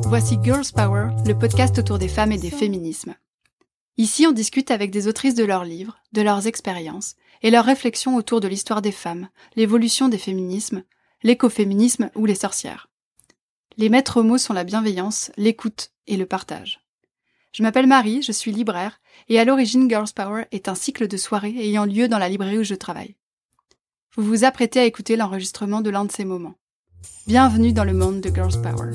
Voici Girls Power, le podcast autour des femmes et des féminismes. Ici, on discute avec des autrices de leurs livres, de leurs expériences et leurs réflexions autour de l'histoire des femmes, l'évolution des féminismes, l'écoféminisme ou les sorcières. Les maîtres mots sont la bienveillance, l'écoute et le partage. Je m'appelle Marie, je suis libraire et à l'origine Girls Power est un cycle de soirées ayant lieu dans la librairie où je travaille. Vous vous apprêtez à écouter l'enregistrement de l'un de ces moments. Bienvenue dans le monde de Girls Power.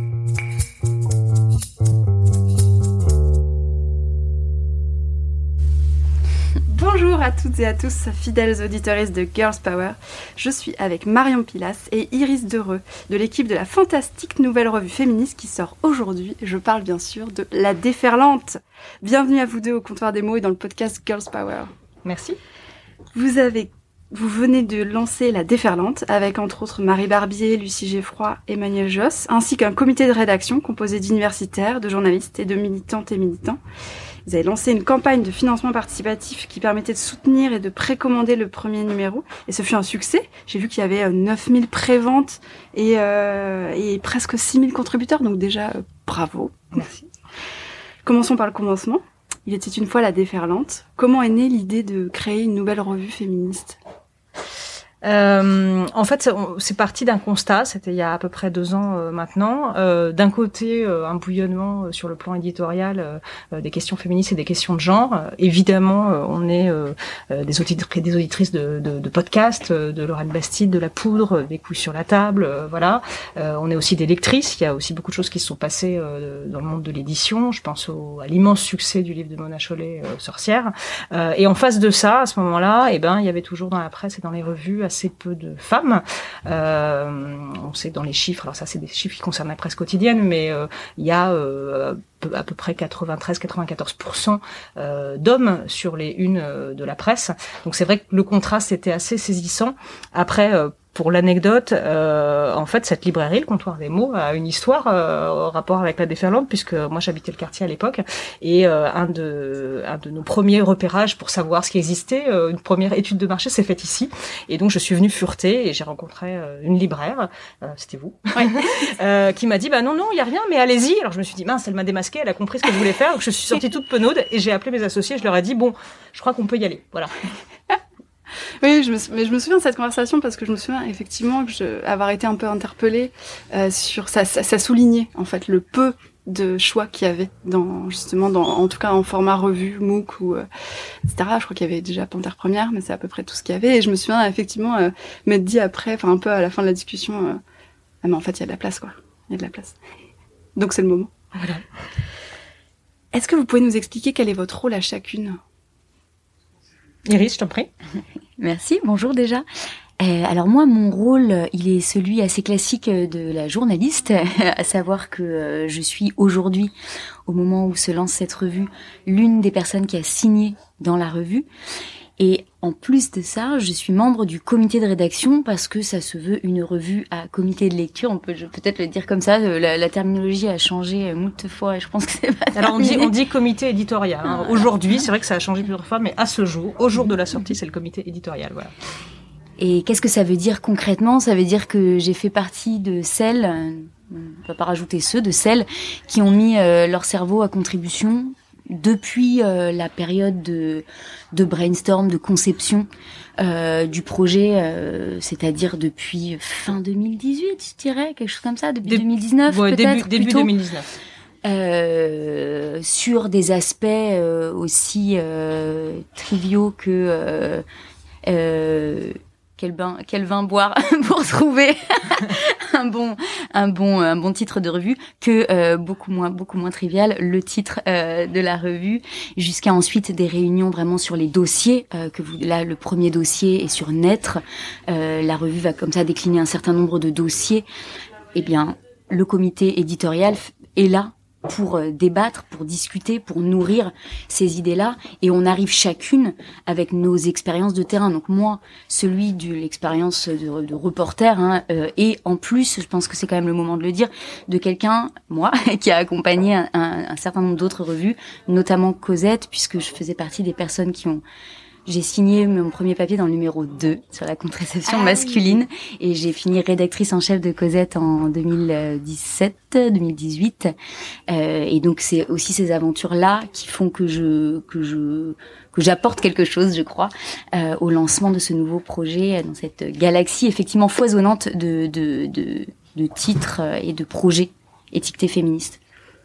Bonjour à toutes et à tous, fidèles auditeuristes de Girls Power. Je suis avec Marion Pilas et Iris Dereux de l'équipe de la fantastique nouvelle revue féministe qui sort aujourd'hui. Je parle bien sûr de La Déferlante. Bienvenue à vous deux au comptoir des mots et dans le podcast Girls Power. Merci. Vous venez de lancer La Déferlante avec entre autres Marie Barbier, Lucie Geffroy, Emmanuel Josse, ainsi qu'un comité de rédaction composé d'universitaires, de journalistes et de militantes et militants. Vous avez lancé une campagne de financement participatif qui permettait de soutenir et de précommander le premier numéro. Et ce fut un succès. J'ai vu qu'il y avait 9000 préventes et presque 6000 contributeurs. Donc déjà, bravo. Merci. Commençons par le commencement. Il était une fois La Déferlante. Comment est née l'idée de créer une nouvelle revue féministe ? En fait, c'est parti d'un constat, c'était il y a à peu près 2 ans maintenant. D'un côté, un bouillonnement sur le plan éditorial des questions féministes et des questions de genre. Évidemment, on est des auditrices de podcasts, de Laurent Bastide, de La Poudre, des couilles sur la table, voilà. On est aussi des lectrices. Il y a aussi beaucoup de choses qui se sont passées dans le monde de l'édition. Je pense à l'immense succès du livre de Mona Chollet, Sorcière. Et en face de ça, à ce moment-là, il y avait toujours dans la presse et dans les revues assez peu de femmes. On sait dans les chiffres, alors ça c'est des chiffres qui concernent la presse quotidienne, mais il y a à peu près 93-94% d'hommes sur les unes de la presse. Donc c'est vrai que le contraste était assez saisissant. Après, pour l'anecdote, en fait, cette librairie, le Comptoir des mots, a une histoire au rapport avec La Déferlante, puisque moi j'habitais le quartier à l'époque, et un de nos premiers repérages pour savoir ce qui existait, une première étude de marché s'est faite ici, et donc je suis venue fureter et j'ai rencontré une libraire, c'était vous, oui. Qui m'a dit non, il y a rien, mais allez-y. Alors je me suis dit mince, elle m'a démasqué, elle a compris ce que je voulais faire, donc je suis sortie toute penaude et j'ai appelé mes associés, je leur ai dit bon, je crois qu'on peut y aller, voilà. Oui, je me souviens de cette conversation parce que je me souviens effectivement avoir été un peu interpellée sur ça soulignait en fait le peu de choix qu'il y avait en tout cas en format revue, MOOC ou etc. Je crois qu'il y avait déjà Panthère Première, mais c'est à peu près tout ce qu'il y avait. Et je me souviens effectivement m'être dit après, enfin un peu à la fin de la discussion, mais en fait il y a de la place quoi, il y a de la place. Donc c'est le moment. Voilà. Est-ce que vous pouvez nous expliquer quel est votre rôle à chacune ? Iris, je t'en prie. Merci, bonjour déjà. Alors moi, mon rôle, il est celui assez classique de la journaliste, à savoir que je suis aujourd'hui, au moment où se lance cette revue, l'une des personnes qui a signé dans la revue. Et en plus de ça, je suis membre du comité de rédaction parce que ça se veut une revue à comité de lecture. On peut peut-être le dire comme ça. La terminologie a changé moult fois et je pense que c'est pas terminé. Alors on dit comité éditorial. Hein. Voilà. Aujourd'hui, c'est vrai que ça a changé plusieurs fois, mais à ce jour, au jour de la sortie, c'est le comité éditorial. Voilà. Et qu'est-ce que ça veut dire concrètement ? Ça veut dire que j'ai fait partie de celles, on ne va pas rajouter de celles qui ont mis leur cerveau à contribution depuis la période de brainstorm, de conception du projet, c'est-à-dire depuis fin 2018, je dirais, quelque chose comme ça, depuis 2019 peut-être. Début 2019. Sur des aspects aussi triviaux que quel vin boire pour trouver un bon titre de revue que beaucoup moins trivial le titre de la revue, jusqu'à ensuite des réunions vraiment sur les dossiers là le premier dossier est sur Naître, la revue va comme ça décliner un certain nombre de dossiers. Eh bien le comité éditorial est là pour débattre, pour discuter, pour nourrir ces idées-là, et on arrive chacune avec nos expériences de terrain. Donc moi, celui de l'expérience de reporter, et en plus, je pense que c'est quand même le moment de le dire, de quelqu'un, moi, qui a accompagné un certain nombre d'autres revues, notamment Cosette, puisque je faisais partie des personnes qui ont J'ai signé mon premier papier dans le numéro 2 sur la contraception masculine et j'ai fini rédactrice en chef de Cosette en 2017-2018. Et donc c'est aussi ces aventures-là qui font que j'apporte quelque chose, je crois, au lancement de ce nouveau projet dans cette galaxie effectivement foisonnante de titres et de projets étiquetés féministes.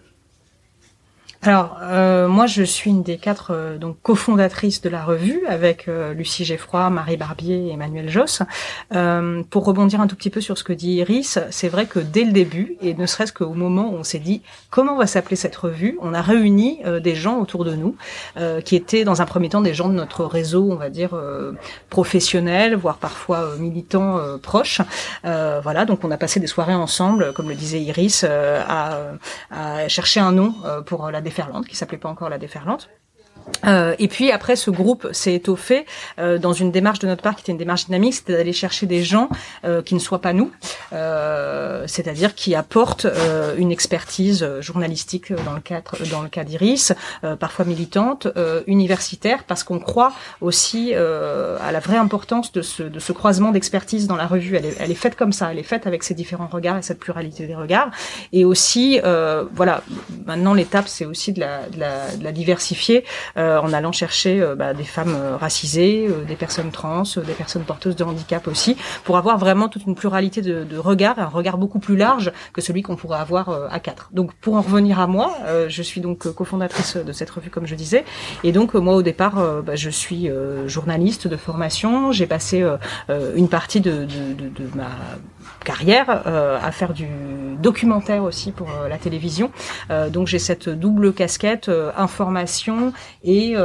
Alors, moi, je suis une des 4 donc cofondatrices de la revue avec Lucie Geffroy, Marie Barbier et Emmanuel Josse. Pour rebondir un tout petit peu sur ce que dit Iris, c'est vrai que dès le début, et ne serait-ce qu'au moment où on s'est dit comment va s'appeler cette revue, on a réuni des gens autour de nous qui étaient dans un premier temps des gens de notre réseau, on va dire professionnel, voire parfois militants proches. Voilà, donc on a passé des soirées ensemble, comme le disait Iris, à chercher un nom pour la Déferlante, qui s'appelait pas encore la Déferlante. Et puis après, ce groupe s'est étoffé dans une démarche de notre part qui était une démarche dynamique, c'était d'aller chercher des gens qui ne soient pas nous, c'est-à-dire qui apportent une expertise journalistique dans le cas d'Iris, parfois militante, universitaire, parce qu'on croit aussi à la vraie importance de ce croisement d'expertise dans la revue. Elle est faite comme ça, elle est faite avec ces différents regards et cette pluralité des regards. Et aussi, voilà, maintenant l'étape, c'est aussi de la diversifier. En allant chercher des femmes racisées, des personnes trans, des personnes porteuses de handicap aussi, pour avoir vraiment toute une pluralité de regards, un regard beaucoup plus large que celui qu'on pourrait avoir à 4. Donc pour en revenir à moi, je suis donc cofondatrice de cette revue comme je disais, et donc moi au départ je suis journaliste de formation, j'ai passé une partie de ma carrière à faire du documentaire aussi pour la télévision, donc j'ai cette double casquette information et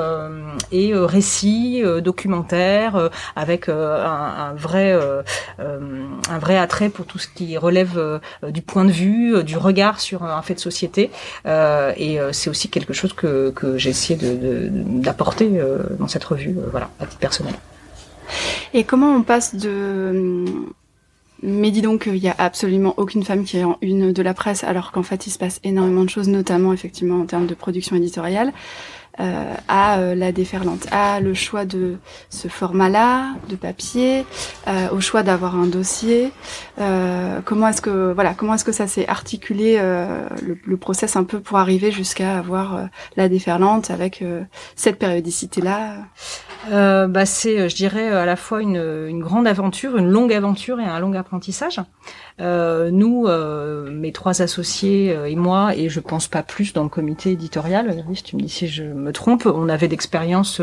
récit documentaire avec un vrai attrait pour tout ce qui relève du point de vue, du regard sur un fait de société, et c'est aussi quelque chose que j'ai essayé d'apporter dans cette revue, voilà, à titre personnel. Et comment on passe de... Mais dis donc qu'il y a absolument aucune femme qui est en une de la presse, alors qu'en fait il se passe énormément de choses, notamment effectivement en termes de production éditoriale, à la Déferlante, à le choix de ce format-là, de papier, au choix d'avoir un dossier. Comment est-ce que ça s'est articulé le process un peu pour arriver jusqu'à avoir la Déferlante avec cette périodicité-là? C'est, je dirais, à la fois une grande aventure, une longue aventure et un long apprentissage. Nous, mes 3 associés et moi, et je pense pas plus dans le comité éditorial, Iris, tu me dis si je me trompe, on avait d'expérience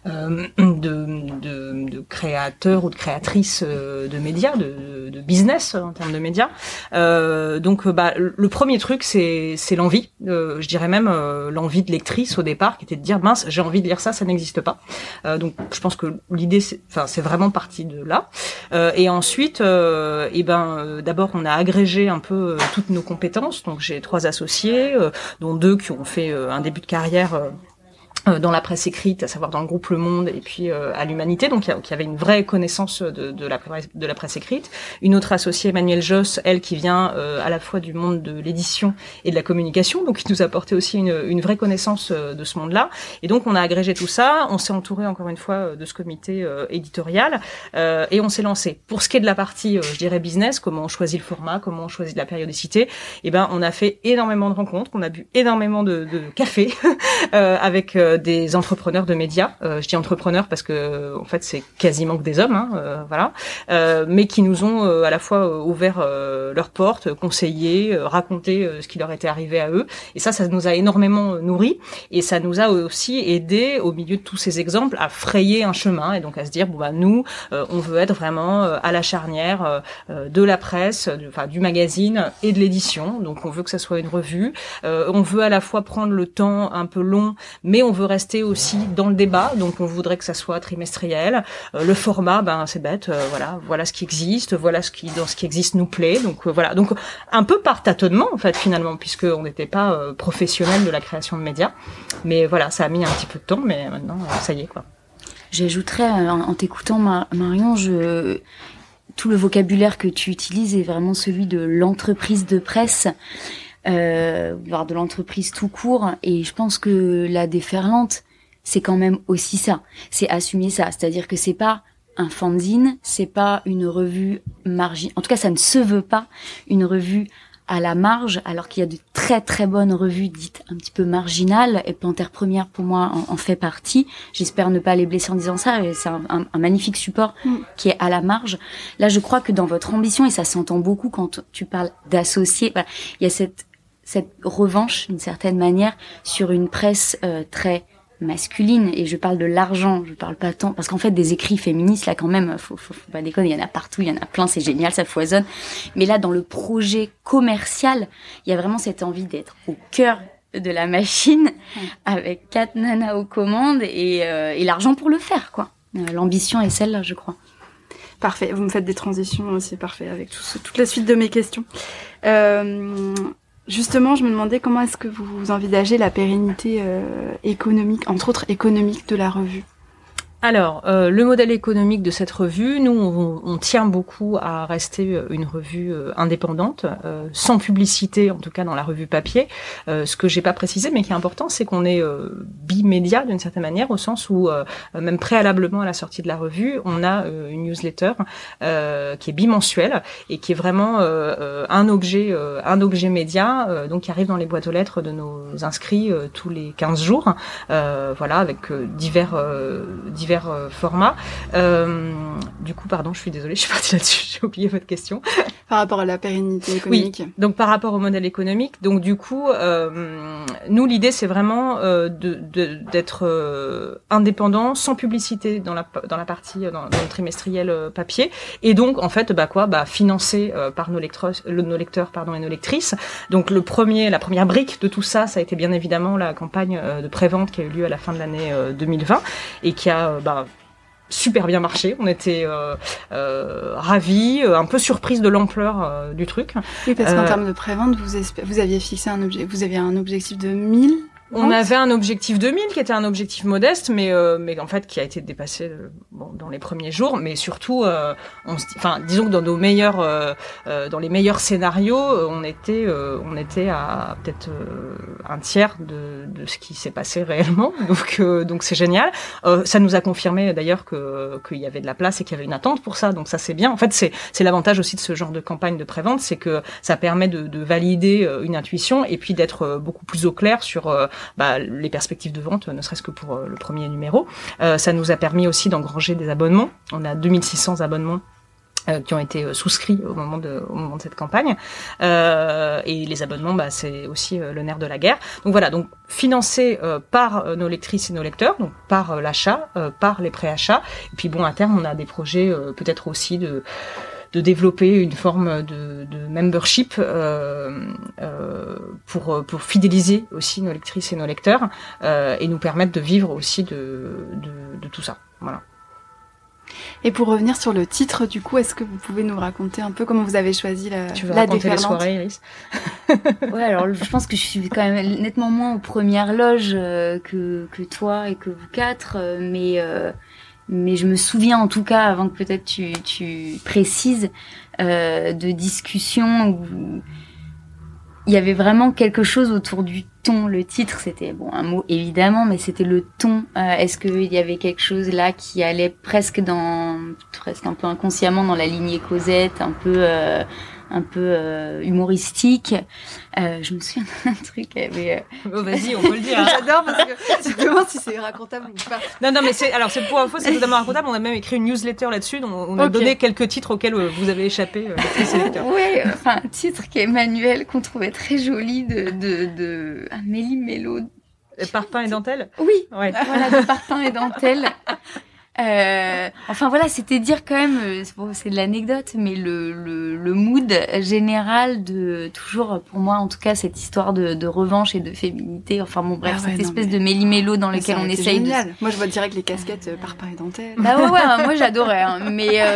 de créateurs ou de créatrices de médias, de business en termes de médias. Donc, le premier truc, c'est l'envie. Je dirais même l'envie de lectrice au départ, qui était de dire mince, j'ai envie de lire ça, ça n'existe pas. Donc, je pense que l'idée, c'est vraiment parti de là. Et ensuite, d'abord, on a agrégé un peu toutes nos compétences. Donc, j'ai 3 associés, dont 2 qui ont fait un début de carrière dans la presse écrite, à savoir dans le groupe Le Monde et puis à l'Humanité, donc il y avait une vraie connaissance de la presse écrite. Une autre associée, Emmanuelle Josse, elle qui vient à la fois du monde de l'édition et de la communication, donc qui nous a apporté aussi une vraie connaissance de ce monde-là. Et donc on a agrégé tout ça, on s'est entouré encore une fois de ce comité éditorial et on s'est lancé. Pour ce qui est de la partie, je dirais business, comment on choisit le format, comment on choisit la périodicité, on a fait énormément de rencontres, on a bu énormément de café avec des entrepreneurs de médias. Je dis entrepreneurs parce que en fait c'est quasiment que des hommes, voilà, mais qui nous ont à la fois ouvert leurs portes, conseillé, raconté ce qui leur était arrivé à eux. Et ça nous a énormément nourri et ça nous a aussi aidé au milieu de tous ces exemples à frayer un chemin et donc à se dire nous on veut être vraiment à la charnière de la presse, du magazine et de l'édition. Donc on veut que ça soit une revue. On veut à la fois prendre le temps un peu long, mais on veut rester aussi dans le débat, donc on voudrait que ça soit trimestriel. Le format, c'est bête, voilà ce qui existe, voilà ce qui dans ce qui existe nous plaît, donc voilà. Donc un peu par tâtonnement en fait finalement, puisque on n'était pas professionnels de la création de médias, mais voilà, ça a mis un petit peu de temps, mais maintenant ça y est quoi. J'ajouterais en t'écoutant Marion, tout le vocabulaire que tu utilises est vraiment celui de l'entreprise de presse. Voire de l'entreprise tout court, et je pense que la Déferlante c'est quand même aussi ça. C'est assumer ça. C'est-à-dire que c'est pas un fanzine, c'est pas une revue marginale. En tout cas, ça ne se veut pas une revue à la marge, alors qu'il y a de très très bonnes revues dites un petit peu marginales, et Panthère Première pour moi en fait partie. J'espère ne pas les blesser en disant ça, et c'est un magnifique support qui est à la marge. Là, je crois que dans votre ambition, et ça s'entend beaucoup quand tu parles d'associer, voilà, il y a cette revanche d'une certaine manière sur une presse très masculine, et je parle de l'argent, je parle pas tant, parce qu'en fait des écrits féministes là quand même, faut pas déconner, il y en a partout, il y en a plein, c'est génial, ça foisonne, mais là dans le projet commercial, il y a vraiment cette envie d'être au cœur de la machine, avec 4 nanas aux commandes et l'argent pour le faire, quoi. L'ambition est celle-là, je crois. Parfait, vous me faites des transitions, c'est parfait, avec toute la suite de mes questions. Justement, je me demandais comment est-ce que vous envisagez la pérennité économique, entre autres économique, de la revue. Alors, le modèle économique de cette revue, nous, on tient beaucoup à rester une revue indépendante, sans publicité, en tout cas dans la revue papier. Ce que j'ai pas précisé, mais qui est important, c'est qu'on est bimédia d'une certaine manière, au sens où, même préalablement à la sortie de la revue, on a une newsletter qui est bimensuelle et qui est vraiment un objet média, donc qui arrive dans les boîtes aux lettres de nos inscrits tous les 15 jours, voilà, avec divers formats. Du coup, pardon, je suis désolée, je suis partie là-dessus, j'ai oublié votre question. Par rapport à la pérennité économique. Oui, donc par rapport au modèle économique, donc du coup, nous, l'idée, c'est vraiment d'être indépendant, sans publicité dans la partie, dans le trimestriel papier, et donc, en fait, financé par nos lecteurs et nos lectrices. Donc la première brique de tout ça, ça a été bien évidemment la campagne de prévente qui a eu lieu à la fin de l'année 2020 et qui a super bien marché. On était ravis, un peu surprise de l'ampleur du truc. Oui, parce qu'en termes de prévente, vous aviez fixé vous aviez un objectif de 1000. On avait un objectif de 1000 qui était un objectif modeste, mais en fait qui a été dépassé dans les premiers jours. Mais surtout, disons que dans nos dans les meilleurs scénarios, on était à peut-être un tiers de ce qui s'est passé réellement. Donc c'est génial. Ça nous a confirmé d'ailleurs qu'il y avait de la place et qu'il y avait une attente pour ça. Donc ça c'est bien. En fait c'est l'avantage aussi de ce genre de campagne de prévente, c'est que ça permet de valider une intuition et puis d'être beaucoup plus au clair sur les perspectives de vente, ne serait-ce que pour le premier numéro. Ça nous a permis aussi d'engranger des abonnements. On a 2600 abonnements qui ont été souscrits au moment de cette campagne. Et les abonnements, c'est aussi le nerf de la guerre. Donc voilà, donc financé par nos lectrices et nos lecteurs, donc par l'achat, par les préachats. Et puis à terme, on a des projets peut-être aussi de développer une forme de membership pour fidéliser aussi nos lectrices et nos lecteurs et nous permettre de vivre aussi de tout ça. Voilà. Et pour revenir sur le titre, du coup, est-ce que vous pouvez nous raconter un peu comment vous avez choisi la déferlante ? Tu veux raconter les soirées, Iris ? Ouais, alors je pense que je suis quand même nettement moins aux premières loges que toi et que vous quatre, mais je me souviens en tout cas, avant que peut-être tu précises, de discussions où il y avait vraiment quelque chose autour du ton. Le titre, c'était un mot évidemment, mais c'était le ton. Est-ce qu'il y avait quelque chose là qui allait presque un peu inconsciemment dans la lignée Cosette, un peu humoristique. Je me souviens d'un truc. Vas-y, on peut le dire. J'adore parce que tu te demandes si c'est racontable ou pas. Non, mais c'est pour info, c'est totalement racontable. On a même écrit une newsletter là-dessus, dont on a donné quelques titres auxquels vous avez échappé. Oui, un titre qui est manuel, qu'on trouvait très joli de Amélie Mello. Parpaing et dentelle. Oui, ouais. Voilà, de Parpaing et dentelle. C'était dire quand même, c'est de l'anecdote, mais le mood général de toujours, pour moi en tout cas, cette histoire de revanche et de féminité. Cette espèce de méli-mélo dans lequel on essaye génial. Moi, je vois direct les casquettes Parpaing et dentelle. Moi j'adorais, hein.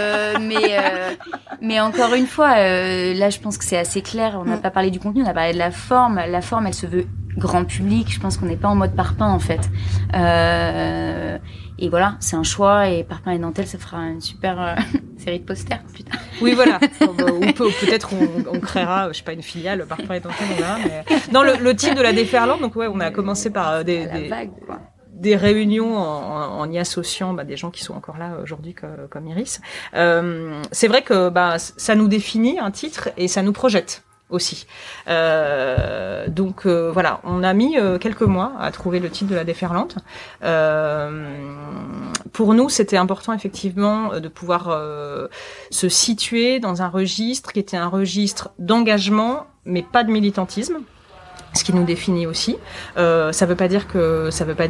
Mais encore une fois, là, je pense que c'est assez clair. On n'a pas parlé du contenu, on a parlé de la forme. La forme, elle se veut grand public. Je pense qu'on n'est pas en mode Parpaing en fait. Et voilà, c'est un choix, et Parpaing et dentelle, ça fera une super série de posters, putain. Oui, voilà. Ou peut-être on créera, je sais pas, une filiale Parpaing et dentelle, on verra. Mais... Non, le titre de la déferlante, donc ouais, on a commencé par des des réunions en y associant des gens qui sont encore là aujourd'hui comme Iris. C'est vrai que ça nous définit un titre et ça nous projette aussi. Donc voilà, on a mis quelques mois à trouver le titre de La Déferlante. Pour nous, c'était important effectivement de pouvoir se situer dans un registre qui était un registre d'engagement, mais pas de militantisme. Ce qui nous définit aussi. Ça veut pas dire que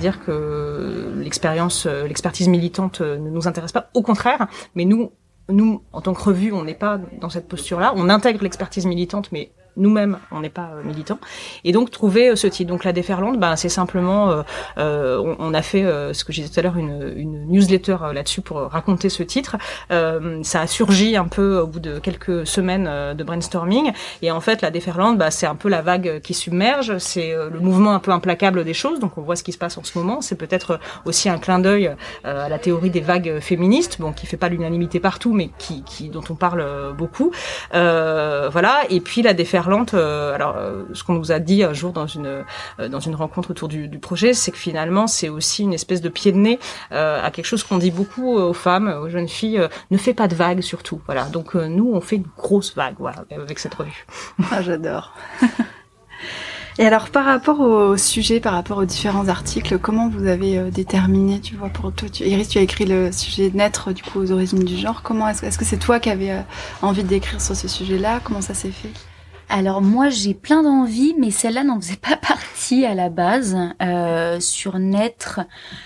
l'expertise militante ne nous intéresse pas. Au contraire, mais nous, en tant que revue, on n'est pas dans cette posture-là. On intègre l'expertise militante, mais nous-mêmes, on n'est pas militants. Et donc, trouver ce titre. Donc, La Déferlante, c'est simplement, on a fait, ce que j'ai dit tout à l'heure, une newsletter là-dessus pour raconter ce titre. Ça a surgi un peu au bout de quelques semaines de brainstorming. Et en fait, La Déferlante, c'est un peu la vague qui submerge. C'est le mouvement un peu implacable des choses. Donc, on voit ce qui se passe en ce moment. C'est peut-être aussi un clin d'œil à la théorie des vagues féministes, qui fait pas l'unanimité partout, mais dont on parle beaucoup. Voilà. Et puis, La Déferlante, ce qu'on nous a dit un jour dans une rencontre autour du projet, c'est que finalement c'est aussi une espèce de pied de nez à quelque chose qu'on dit beaucoup aux femmes, aux jeunes filles, ne fais pas de vagues surtout. Voilà. Donc nous on fait une grosse vague, voilà, avec cette revue. Ah, j'adore. Et alors, par rapport au sujet, par rapport aux différents articles, comment vous avez déterminé, tu vois, pour toi, Iris, tu as écrit le sujet naître, du coup, aux origines du genre. Comment est-ce que c'est toi qui avais envie d'écrire sur ce sujet-là? Comment ça s'est fait? Alors moi j'ai plein d'envies, mais celle-là n'en faisait pas partie à la base. Sur naître,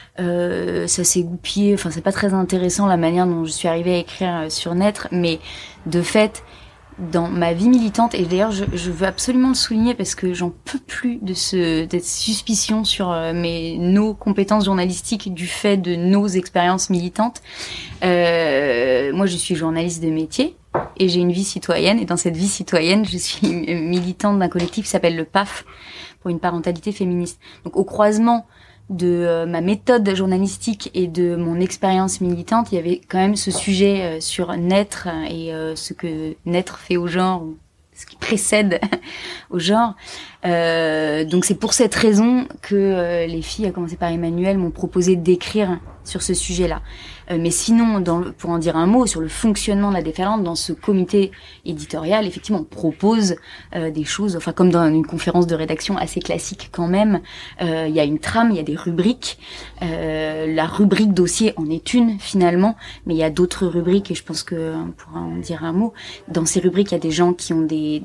ça s'est goupillé. Enfin c'est pas très intéressant la manière dont je suis arrivée à écrire sur naître, mais de fait dans ma vie militante, et d'ailleurs je veux absolument le souligner parce que j'en peux plus de cette suspicion sur nos compétences journalistiques du fait de nos expériences militantes. Moi je suis journaliste de métier. Et j'ai une vie citoyenne, et dans cette vie citoyenne, je suis militante d'un collectif qui s'appelle le PAF, pour une parentalité féministe. Donc au croisement de ma méthode journalistique et de mon expérience militante, il y avait quand même ce sujet sur naître et ce que naître fait au genre, ou ce qui précède au genre. Donc c'est pour cette raison que les filles, à commencer par Emmanuel, m'ont proposé d'écrire sur ce sujet-là. Mais sinon, pour en dire un mot sur le fonctionnement de La Déferlante, dans ce comité éditorial, effectivement, on propose des choses, enfin comme dans une conférence de rédaction assez classique quand même. Il y a une trame, il y a des rubriques. La rubrique dossier en est une finalement, mais il y a d'autres rubriques et je pense que on pourra en dire un mot. Dans ces rubriques, il y a des gens qui ont il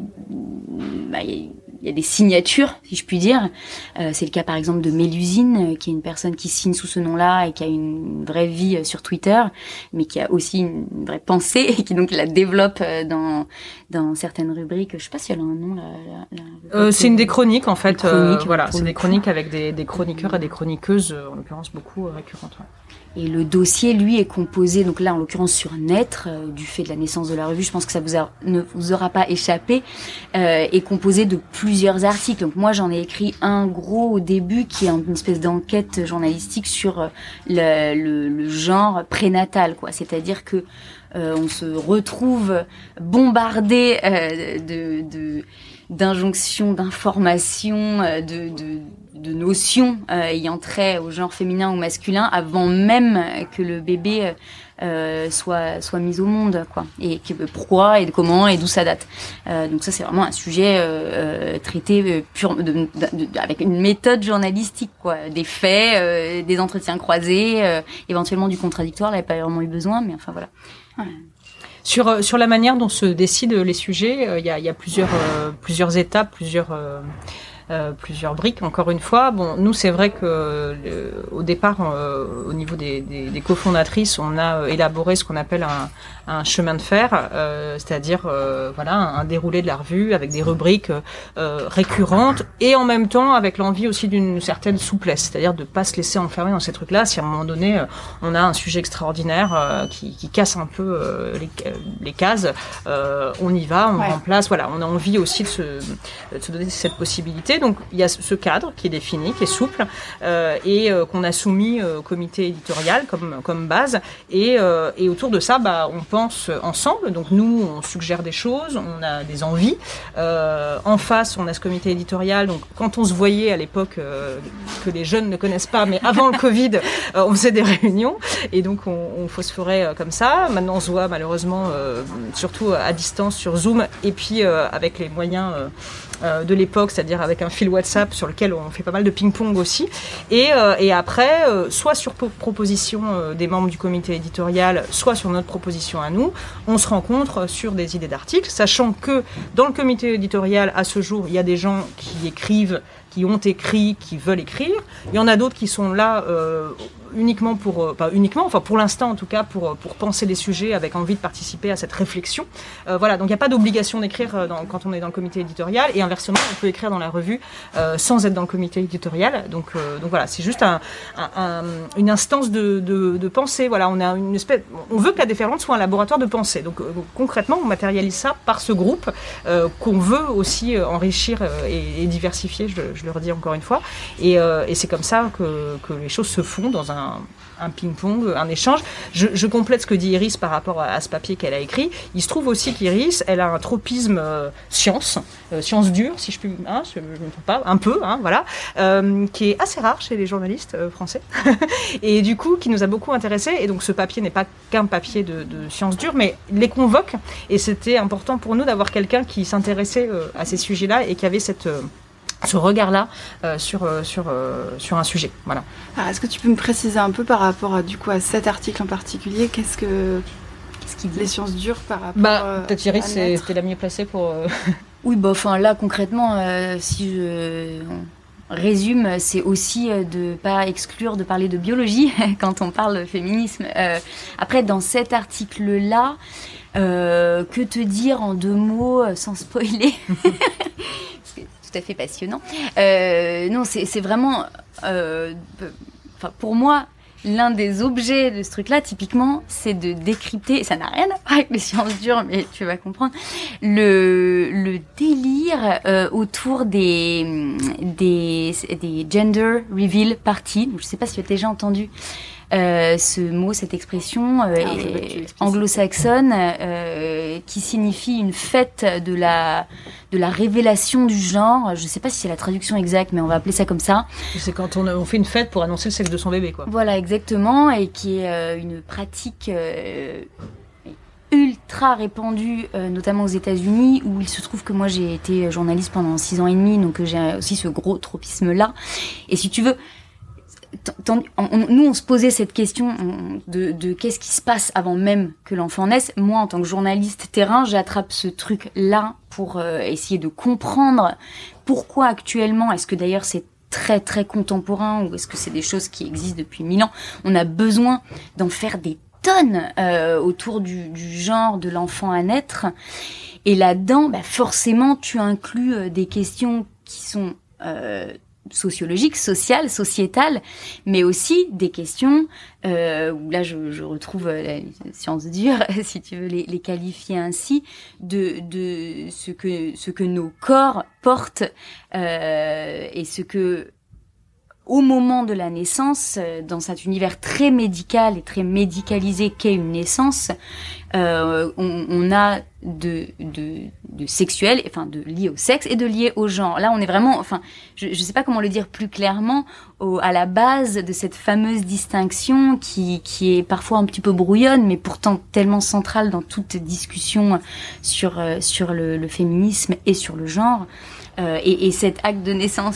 y a des signatures, si je puis dire. C'est le cas, par exemple, de Mélusine, qui est une personne qui signe sous ce nom-là et qui a une vraie vie sur Twitter, mais qui a aussi une vraie pensée et qui donc la développe dans certaines rubriques. Je sais pas si elle a un nom, c'est une des chroniques, en fait. Voilà, c'est des chroniques avec des chroniqueurs et des chroniqueuses, en l'occurrence beaucoup récurrentes. Ouais. Et le dossier, lui, est composé, donc là, en l'occurrence, sur naître, du fait de la naissance de la revue, je pense que ça ne vous aura pas échappé, est composé de plusieurs articles. Donc moi, j'en ai écrit un gros au début, qui est une espèce d'enquête journalistique sur le genre prénatal, quoi. C'est-à-dire que on se retrouve bombardé d'injonctions, d'informations, de notions ayant trait au genre féminin ou masculin avant même que le bébé soit mis au monde, quoi. Et pourquoi et comment et d'où ça date. Donc ça c'est vraiment un sujet traité avec une méthode journalistique, quoi. Des faits, des entretiens croisés, éventuellement du contradictoire. Là, il n'y a pas vraiment eu besoin, mais enfin voilà. Ouais. Sur la manière dont se décident les sujets, il y a plusieurs étapes, plusieurs briques. Encore une fois, bon, nous c'est vrai que au départ, au niveau des cofondatrices, on a élaboré ce qu'on appelle un chemin de fer, c'est-à-dire un déroulé de la revue avec des rubriques récurrentes et en même temps avec l'envie aussi d'une certaine souplesse, c'est-à-dire de pas se laisser enfermer dans ces trucs-là. Si à un moment donné on a un sujet extraordinaire qui casse un peu les cases, on y va, on remplace. Voilà, on a envie aussi de se donner cette possibilité. exister. Donc il y a ce cadre qui est défini, qui est souple, et qu'on a soumis au comité éditorial comme base. Et autour de ça, on pense ensemble. Donc nous, on suggère des choses, on a des envies. En face, on a ce comité éditorial. Donc quand on se voyait à l'époque, que les jeunes ne connaissent pas, mais avant le Covid, on faisait des réunions. Et donc on phosphorait comme ça. Maintenant, on se voit malheureusement surtout à distance sur Zoom, et puis avec les moyens de l'époque, c'est-à-dire avec un fil WhatsApp sur lequel on fait pas mal de ping-pong aussi. Et après, soit sur proposition des membres du comité éditorial, soit sur notre proposition à nous, on se rencontre sur des idées d'articles, sachant que dans le comité éditorial, à ce jour, il y a des gens qui écrivent, qui ont écrit, qui veulent écrire. Il y en a d'autres qui sont là uniquement pour l'instant en tout cas, pour penser les sujets avec envie de participer à cette réflexion. Voilà, donc il n'y a pas d'obligation d'écrire quand on est dans le comité éditorial, et inversement, on peut écrire dans la revue sans être dans le comité éditorial. Donc voilà, c'est juste une instance de pensée. Voilà, on veut que la déferlante soit un laboratoire de pensée. Donc concrètement, on matérialise ça par ce groupe qu'on veut aussi enrichir et diversifier, je le redis encore une fois. Et c'est comme ça que les choses se font dans un ping-pong, un échange. Je complète ce que dit Iris par rapport à ce papier qu'elle a écrit. Il se trouve aussi qu'Iris, elle a un tropisme science dure, si je puis, je ne me trompe pas, un peu, voilà, qui est assez rare chez les journalistes français, et du coup, qui nous a beaucoup intéressés. Et donc, ce papier n'est pas qu'un papier de science dure, mais les convoque. Et c'était important pour nous d'avoir quelqu'un qui s'intéressait à ces sujets-là et qui avait ce regard-là sur un sujet. Voilà. Alors, est-ce que tu peux me préciser un peu par rapport à cet article en particulier, qu'est-ce qu'il dit les sciences dures par rapport peut-être Iris, c'était la mieux placée pour... Oui, là, concrètement, si je résume, c'est aussi de pas exclure de parler de biologie quand on parle de féminisme. Après, dans cet article-là, que te dire en 2 mots sans spoiler tout à fait passionnant. Non, c'est vraiment, pour moi, l'un des objets de ce truc-là, typiquement, c'est de décrypter, et ça n'a rien à voir avec les sciences dures, mais tu vas comprendre, le délire autour des gender reveal parties. Je ne sais pas si tu as déjà entendu ce mot, cette expression anglo-saxonne qui signifie une fête de la révélation du genre. Je ne sais pas si c'est la traduction exacte, mais on va appeler ça comme ça. C'est quand on fait une fête pour annoncer le sexe de son bébé, quoi. Voilà, exactement, et qui est une pratique ultra répandue, notamment aux États-Unis, où il se trouve que moi j'ai été journaliste pendant 6 ans et demi, donc j'ai aussi ce gros tropisme-là. Et si tu veux, nous on se posait cette question de qu'est-ce qui se passe avant même que l'enfant naisse. Moi, en tant que journaliste terrain, j'attrape ce truc-là pour essayer de comprendre pourquoi actuellement, est-ce que d'ailleurs c'est très très contemporain ou est-ce que c'est des choses qui existent depuis 1000 ans, on a besoin d'en faire des tonnes autour du genre de l'enfant à naître. Et là-dedans, forcément, tu inclus des questions qui sont sociologiques, sociales, sociétales, mais aussi des questions où là je retrouve la science dure, si tu veux les qualifier ainsi, de ce que nos corps portent et ce que au moment de la naissance, dans cet univers très médical et très médicalisé qu'est une naissance, on a de sexuel, enfin de lié au sexe et de lié au genre. Là, on est vraiment, je sais pas comment le dire plus clairement, à la base de cette fameuse distinction qui est parfois un petit peu brouillonne, mais pourtant tellement centrale dans toute discussion sur le féminisme et sur le genre. Et cet acte de naissance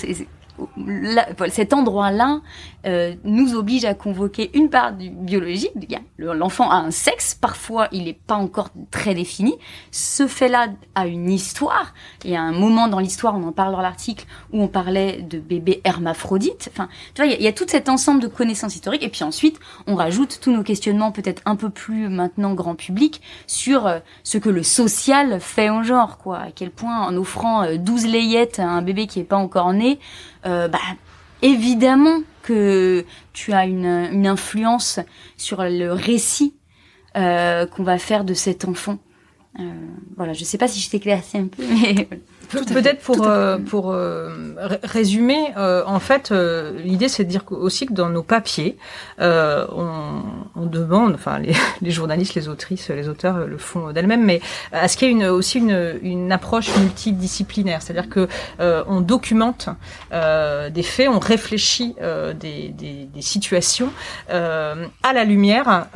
cet endroit-là nous oblige à convoquer une part du biologique. L'enfant a un sexe, parfois il n'est pas encore très défini. Ce fait-là a une histoire. Il y a un moment dans l'histoire, on en parle dans l'article, où on parlait de bébés hermaphrodites. Enfin, tu vois, il y a tout cet ensemble de connaissances historiques. Et puis ensuite, on rajoute tous nos questionnements, peut-être un peu plus maintenant grand public, sur ce que le social fait au genre, quoi. À quel point, en offrant 12 layettes à un bébé qui n'est pas encore né, évidemment que tu as une influence sur le récit qu'on va faire de cet enfant. Voilà, je sais pas si je t'éclaircis un peu, mais Peut-être pour résumer, en fait, l'idée c'est de dire aussi que dans nos papiers, on demande, enfin les journalistes, les autrices, les auteurs le font d'elles-mêmes, mais à ce qu'il y ait aussi une approche multidisciplinaire, c'est-à-dire que on documente des faits, on réfléchit des situations à la lumière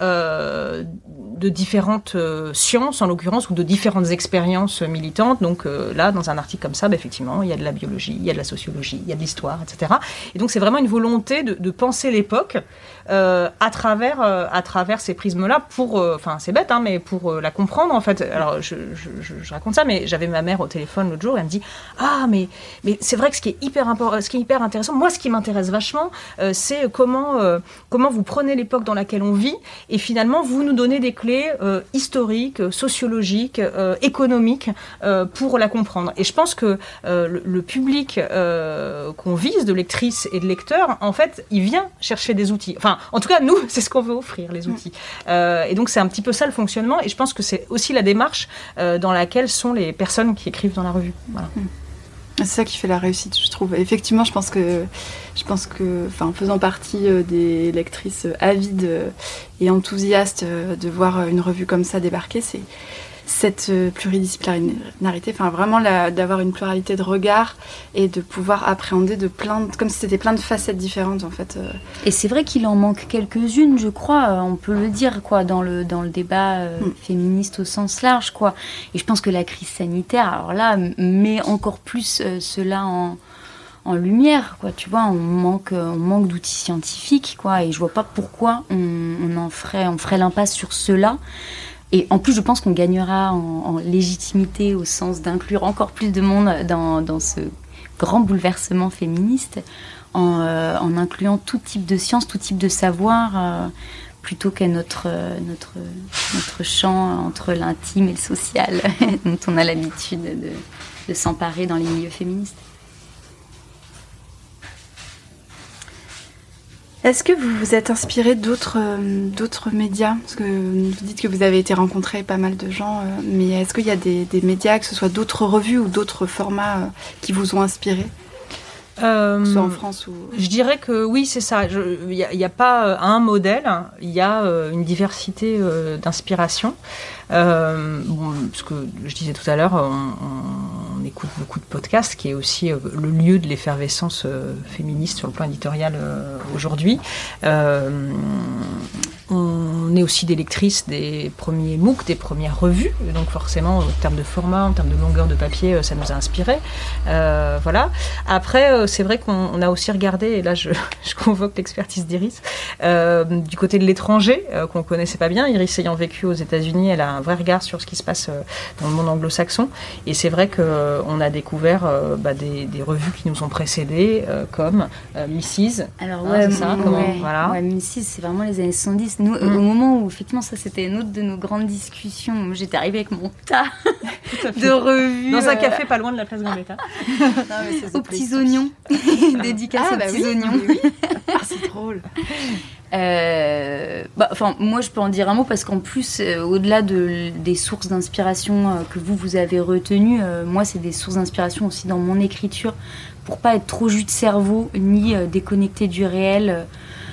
de différentes sciences en l'occurrence ou de différentes expériences militantes. Donc là, dans un article comme ça, effectivement, il y a de la biologie, il y a de la sociologie, il y a de l'histoire, etc. Et donc c'est vraiment une volonté de penser l'époque à travers ces prismes-là pour, enfin c'est bête, mais pour la comprendre en fait. Alors je raconte ça, mais j'avais ma mère au téléphone l'autre jour, et elle me dit mais c'est vrai que ce qui est hyper intéressant, moi ce qui m'intéresse vachement, c'est comment vous prenez l'époque dans laquelle on vit et finalement vous nous donnez des clés historiques, sociologiques, économiques pour la comprendre. Et je pense que le public qu'on vise, de lectrices et de lecteurs, en fait, il vient chercher des outils. Enfin, en tout cas, nous, c'est ce qu'on veut offrir, les outils. Et donc, c'est un petit peu ça le fonctionnement. Et je pense que c'est aussi la démarche dans laquelle sont les personnes qui écrivent dans la revue. Voilà. C'est ça qui fait la réussite, je trouve. Effectivement, je pense que, en faisant partie des lectrices avides et enthousiastes de voir une revue comme ça débarquer, c'est cette pluridisciplinarité, vraiment d'avoir une pluralité de regards et de pouvoir appréhender comme si c'était plein de facettes différentes en fait. Et c'est vrai qu'il en manque quelques-unes, je crois, on peut le dire dans le débat féministe au sens large, quoi. Et je pense que la crise sanitaire, alors là, met encore plus cela en lumière, quoi. Tu vois, on manque d'outils scientifiques, quoi. Et je vois pas pourquoi on ferait l'impasse sur cela. Et en plus, je pense qu'on gagnera en légitimité au sens d'inclure encore plus de monde dans ce grand bouleversement féministe en incluant tout type de science, tout type de savoir, plutôt qu'à notre champ entre l'intime et le social dont on a l'habitude de s'emparer dans les milieux féministes. Est-ce que vous vous êtes inspiré d'autres médias ? Parce que vous dites que vous avez été rencontré pas mal de gens, mais est-ce qu'il y a des médias, que ce soit d'autres revues ou d'autres formats qui vous ont inspiré ? Soit en France ou... Je dirais que oui, c'est ça. Il n'y a pas un modèle, il y a une diversité d'inspiration. Ce que je disais tout à l'heure, on écoute beaucoup de podcasts, qui est aussi le lieu de l'effervescence féministe sur le plan éditorial aujourd'hui. On est aussi des lectrices des premiers MOOC, des premières revues, donc forcément en termes de format, en termes de longueur de papier, ça nous a inspiré. Voilà. Après, c'est vrai qu'on a aussi regardé, et là je convoque l'expertise d'Iris, du côté de l'étranger, qu'on connaissait pas bien. Iris ayant vécu aux États-Unis, elle a un vrai regard sur ce qui se passe dans le monde anglo-saxon, et c'est vrai qu'on a découvert des revues qui nous ont précédées, comme Mrs. Alors c'est ça, voilà. Ouais, Mrs. c'est vraiment les années 70. Nous, au moment où effectivement ça c'était une autre de nos grandes discussions, moi, j'étais arrivée avec mon tas de revues dans un café pas loin de la place Gambetta, aux petits oignons, dédicace aux petits oignons. Oui. C'est drôle. Moi je peux en dire un mot parce qu'en plus au-delà des sources d'inspiration que vous avez retenues, moi c'est des sources d'inspiration aussi dans mon écriture pour pas être trop jus de cerveau ni déconnecté du réel,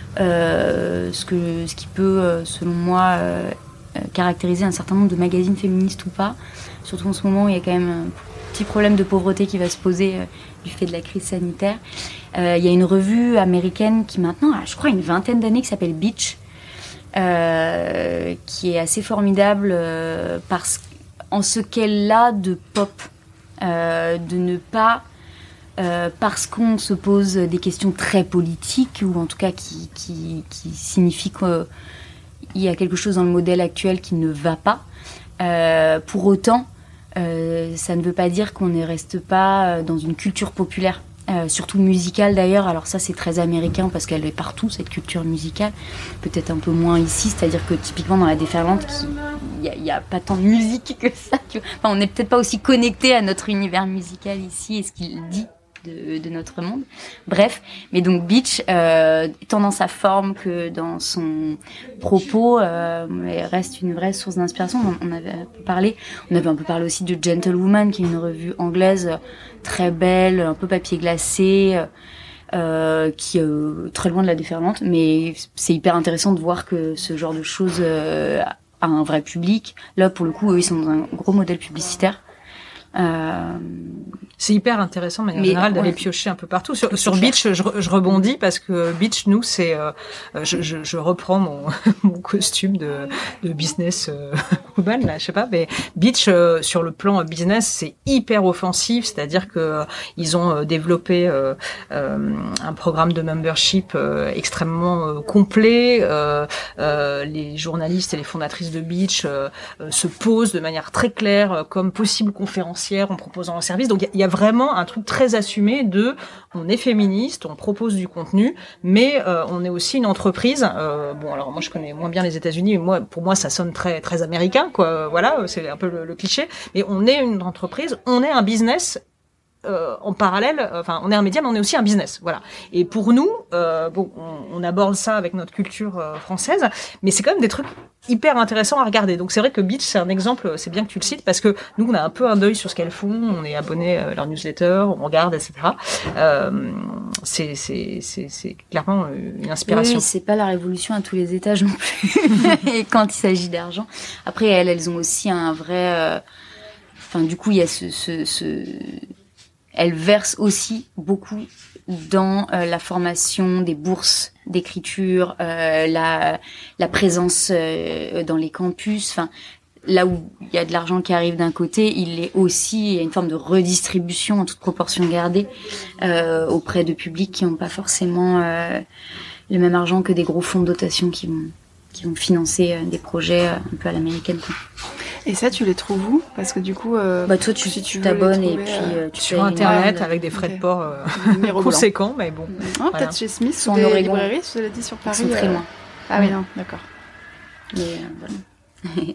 ce qui peut selon moi caractériser un certain nombre de magazines féministes ou pas, surtout en ce moment où il y a quand même un petit problème de pauvreté qui va se poser du fait de la crise sanitaire. Il y a une revue américaine qui maintenant a, je crois, une vingtaine d'années qui s'appelle Beach, qui est assez formidable en ce qu'elle a de pop, de ne pas, parce qu'on se pose des questions très politiques, ou en tout cas qui signifient qu'il y a quelque chose dans le modèle actuel qui ne va pas. Pour autant, ça ne veut pas dire qu'on ne reste pas dans une culture populaire. Surtout musicale d'ailleurs, alors ça c'est très américain parce qu'elle est partout cette culture musicale, peut-être un peu moins ici, c'est-à-dire que typiquement dans la déferlante il n'y a pas tant de musique que ça, tu vois. Enfin, on n'est peut-être pas aussi connecté à notre univers musical ici et ce qu'il dit de notre monde. Bref, mais donc Beach, tant dans sa forme que dans son propos, reste une vraie source d'inspiration. On avait un peu parlé aussi de Gentlewoman, qui est une revue anglaise très belle, un peu papier glacé, qui est très loin de la déferlante, mais c'est hyper intéressant de voir que ce genre de choses a un vrai public. Là, pour le coup, eux, ils sont dans un gros modèle publicitaire. C'est hyper intéressant, mais en général, d'aller piocher un peu partout. Sur Beach, je rebondis parce que Beach, nous, c'est, je reprends mon costume de business woman, là, je sais pas, mais Beach, sur le plan business, c'est hyper offensif, c'est-à-dire que ils ont développé un programme de membership extrêmement complet. Les journalistes et les fondatrices de Beach se posent de manière très claire comme possible conférencière en proposant un service. Donc il y a vraiment un truc très assumé de on est féministe, on propose du contenu, mais on est aussi une entreprise. Bon, alors moi je connais moins bien les États-Unis, mais pour moi ça sonne très très américain, quoi. Voilà, c'est un peu le cliché. Mais on est une entreprise, on est un business. En parallèle, enfin, on est un média, mais on est aussi un business, voilà. Et pour nous, on aborde ça avec notre culture française, mais c'est quand même des trucs hyper intéressants à regarder. Donc c'est vrai que Beach, c'est un exemple, c'est bien que tu le cites, parce que nous, on a un peu un œil sur ce qu'elles font, on est abonné à leur newsletter, on regarde, etc. C'est clairement une inspiration. Oui, c'est pas la révolution à tous les étages non plus. Et quand il s'agit d'argent. Après, elles ont aussi un vrai... Enfin, du coup, il y a elles versent aussi beaucoup dans la formation des bourses d'écriture, la présence dans les campus. Enfin, là où il y a de l'argent qui arrive d'un côté, il y a une forme de redistribution en toute proportion gardée auprès de publics qui n'ont pas forcément le même argent que des gros fonds de dotation qui vont financer des projets un peu à l'américaine, quoi. Et ça, tu les trouves où? Parce que du coup, toi, tu t'abonnes et puis tu sur Internet avec des frais de port conséquents, mais bon. Oh, voilà. Peut-être chez Smith ou en des Oregon. librairies, cela dit sur Paris. Ils sont très loin. Ah oui, non, d'accord. Mais voilà.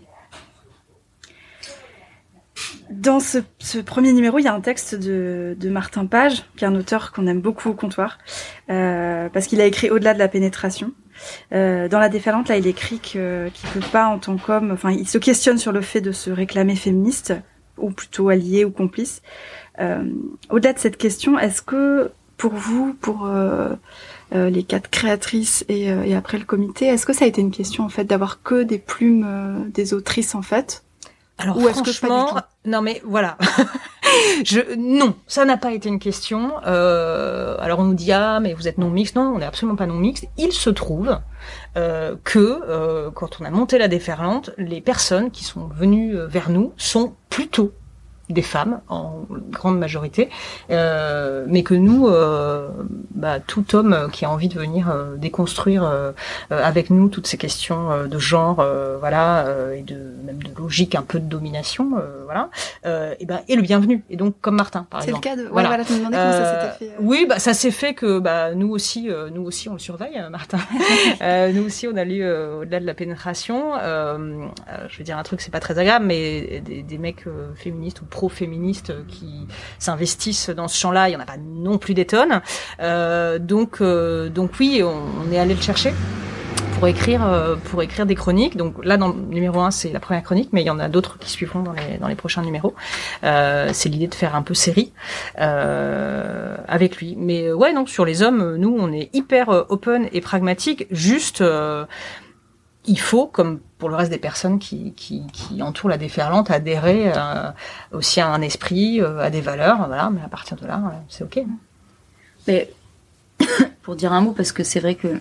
Dans ce premier numéro, il y a un texte de Martin Page, qui est un auteur qu'on aime beaucoup au comptoir, parce qu'il a écrit Au-delà de la pénétration. Dans La déferlante, là, il écrit qu'il peut pas, en tant qu'homme, enfin, il se questionne sur le fait de se réclamer féministe, ou plutôt allié ou complice. Au-delà de cette question, est-ce que, pour vous, pour les 4 créatrices et après le comité, est-ce que ça a été une question, en fait, d'avoir que des plumes des autrices, en fait? Alors, ou est-ce que pas du tout? Non, mais voilà. Non, ça n'a pas été une question. Alors on nous dit mais vous êtes non mixte. Non, on n'est absolument pas non mixte. Il se trouve que quand on a monté La déferlante, les personnes qui sont venues vers nous sont plutôt des femmes en grande majorité, mais que nous, tout homme qui a envie de venir déconstruire avec nous toutes ces questions de genre, et même de logique, un peu de domination, est le bienvenu. Et donc comme Martin, par exemple. C'est le cas de. Voilà, tu me demandais comment ça s'était fait. Oui, ça s'est fait que nous aussi on le surveille, Martin. Nous aussi on a lu Au-delà de la pénétration. Je vais dire un truc, c'est pas très agréable, mais des mecs féministes ou pro-féministes qui s'investissent dans ce champ-là, il y en a pas non plus des tonnes. Donc oui, on est allé le chercher pour écrire des chroniques. Donc là, dans le numéro 1, c'est la première chronique, mais il y en a d'autres qui suivront dans les prochains numéros. C'est l'idée de faire un peu série avec lui. Mais non, sur les hommes, nous, on est hyper open et pragmatique. Juste, il faut, comme pour le reste des personnes qui entourent La déferlante, adhérer aussi à un esprit, à des valeurs, voilà. Mais à partir de là, c'est ok. Mais pour dire un mot, parce que c'est vrai que,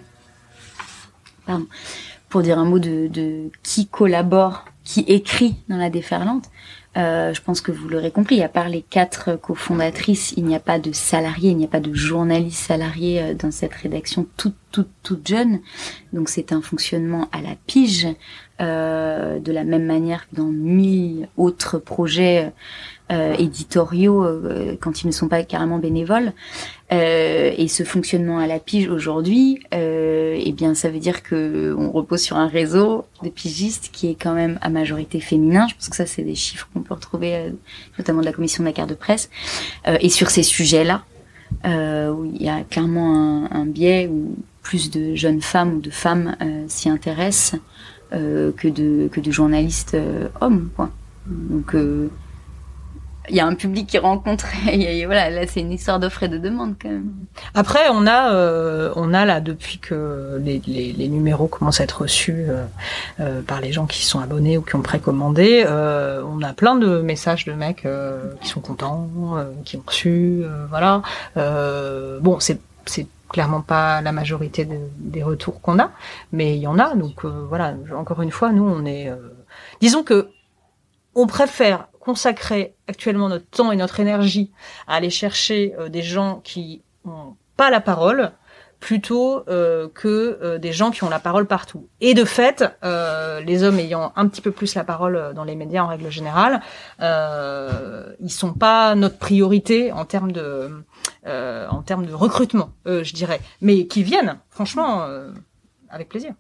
pour dire un mot de qui collabore, qui écrit dans La déferlante, je pense que vous l'aurez compris, à part les 4 cofondatrices, il n'y a pas de salariés, il n'y a pas de journalistes salariés dans cette rédaction toute jeune. Donc c'est un fonctionnement à la pige, de la même manière que dans 1000 autres projets éditoriaux quand ils ne sont pas carrément bénévoles. Et ce fonctionnement à la pige aujourd'hui, ça veut dire que on repose sur un réseau de pigistes qui est quand même à majorité féminin. Je pense que ça, c'est des chiffres qu'on peut retrouver notamment de la commission de la carte de presse. Et sur ces sujets-là, où il y a clairement un biais où plus de jeunes femmes ou de femmes s'y intéressent que de journalistes hommes, quoi. Donc il y a un public qui rencontre et voilà, là c'est une histoire d'offre et de demande quand même. Après on a là, depuis que les numéros commencent à être reçus par les gens qui sont abonnés ou qui ont précommandé, on a plein de messages de mecs qui sont contents, qui ont reçu, voilà. Bon, c'est clairement pas la majorité des retours qu'on a, mais il y en a. Donc voilà, encore une fois, nous on est, disons que on préfère consacrer actuellement notre temps et notre énergie à aller chercher des gens qui ont pas la parole plutôt que des gens qui ont la parole partout. Et de fait, les hommes ayant un petit peu plus la parole dans les médias en règle générale, ils sont pas notre priorité en termes de recrutement, je dirais, mais qui viennent, franchement, avec plaisir.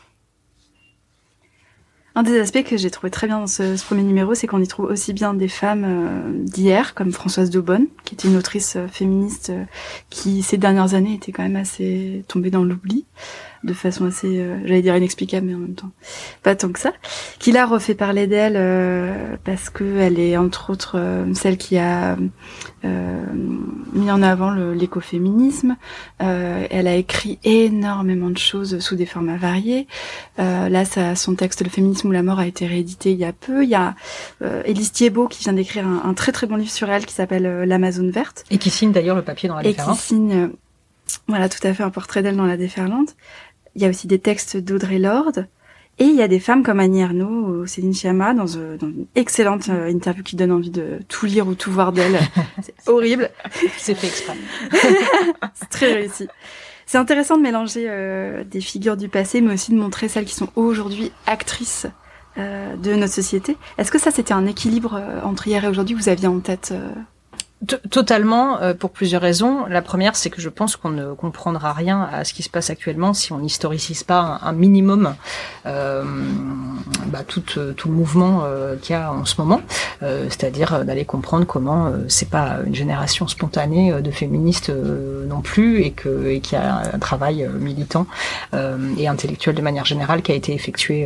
Un des aspects que j'ai trouvé très bien dans ce premier numéro, c'est qu'on y trouve aussi bien des femmes d'hier, comme Françoise Daubonne, qui était une autrice féministe qui, ces dernières années, était quand même assez tombée dans l'oubli, de façon assez, j'allais dire inexplicable, mais en même temps pas tant que ça, qui l'a refait parler d'elle parce que elle est entre autres celle qui a mis en avant l'écoféminisme. Elle a écrit énormément de choses sous des formats variés. Là, son texte Le féminisme ou la mort a été réédité il y a peu. Il y a Élise Thiebaud qui vient d'écrire un très très bon livre sur elle qui s'appelle L'Amazone verte. Et qui signe d'ailleurs le papier dans la déferlante. Et qui signe, voilà, tout à fait un portrait d'elle dans la déferlante. Il y a aussi des textes d'Audre Lorde. Et il y a des femmes comme Annie Ernaux ou Céline Sciamma dans une excellente interview qui donne envie de tout lire ou tout voir d'elle. C'est horrible. C'est fait exprès. C'est très réussi. C'est intéressant de mélanger des figures du passé, mais aussi de montrer celles qui sont aujourd'hui actrices de notre société. Est-ce que ça, c'était un équilibre entre hier et aujourd'hui que vous aviez en tête Totalement, pour plusieurs raisons. La première, c'est que je pense qu'on ne comprendra rien à ce qui se passe actuellement si on n'historicise pas un minimum tout le mouvement qu'il y a en ce moment, c'est-à-dire d'aller comprendre comment c'est pas une génération spontanée de féministes non plus, et qu'il y a un travail militant et intellectuel de manière générale qui a été effectué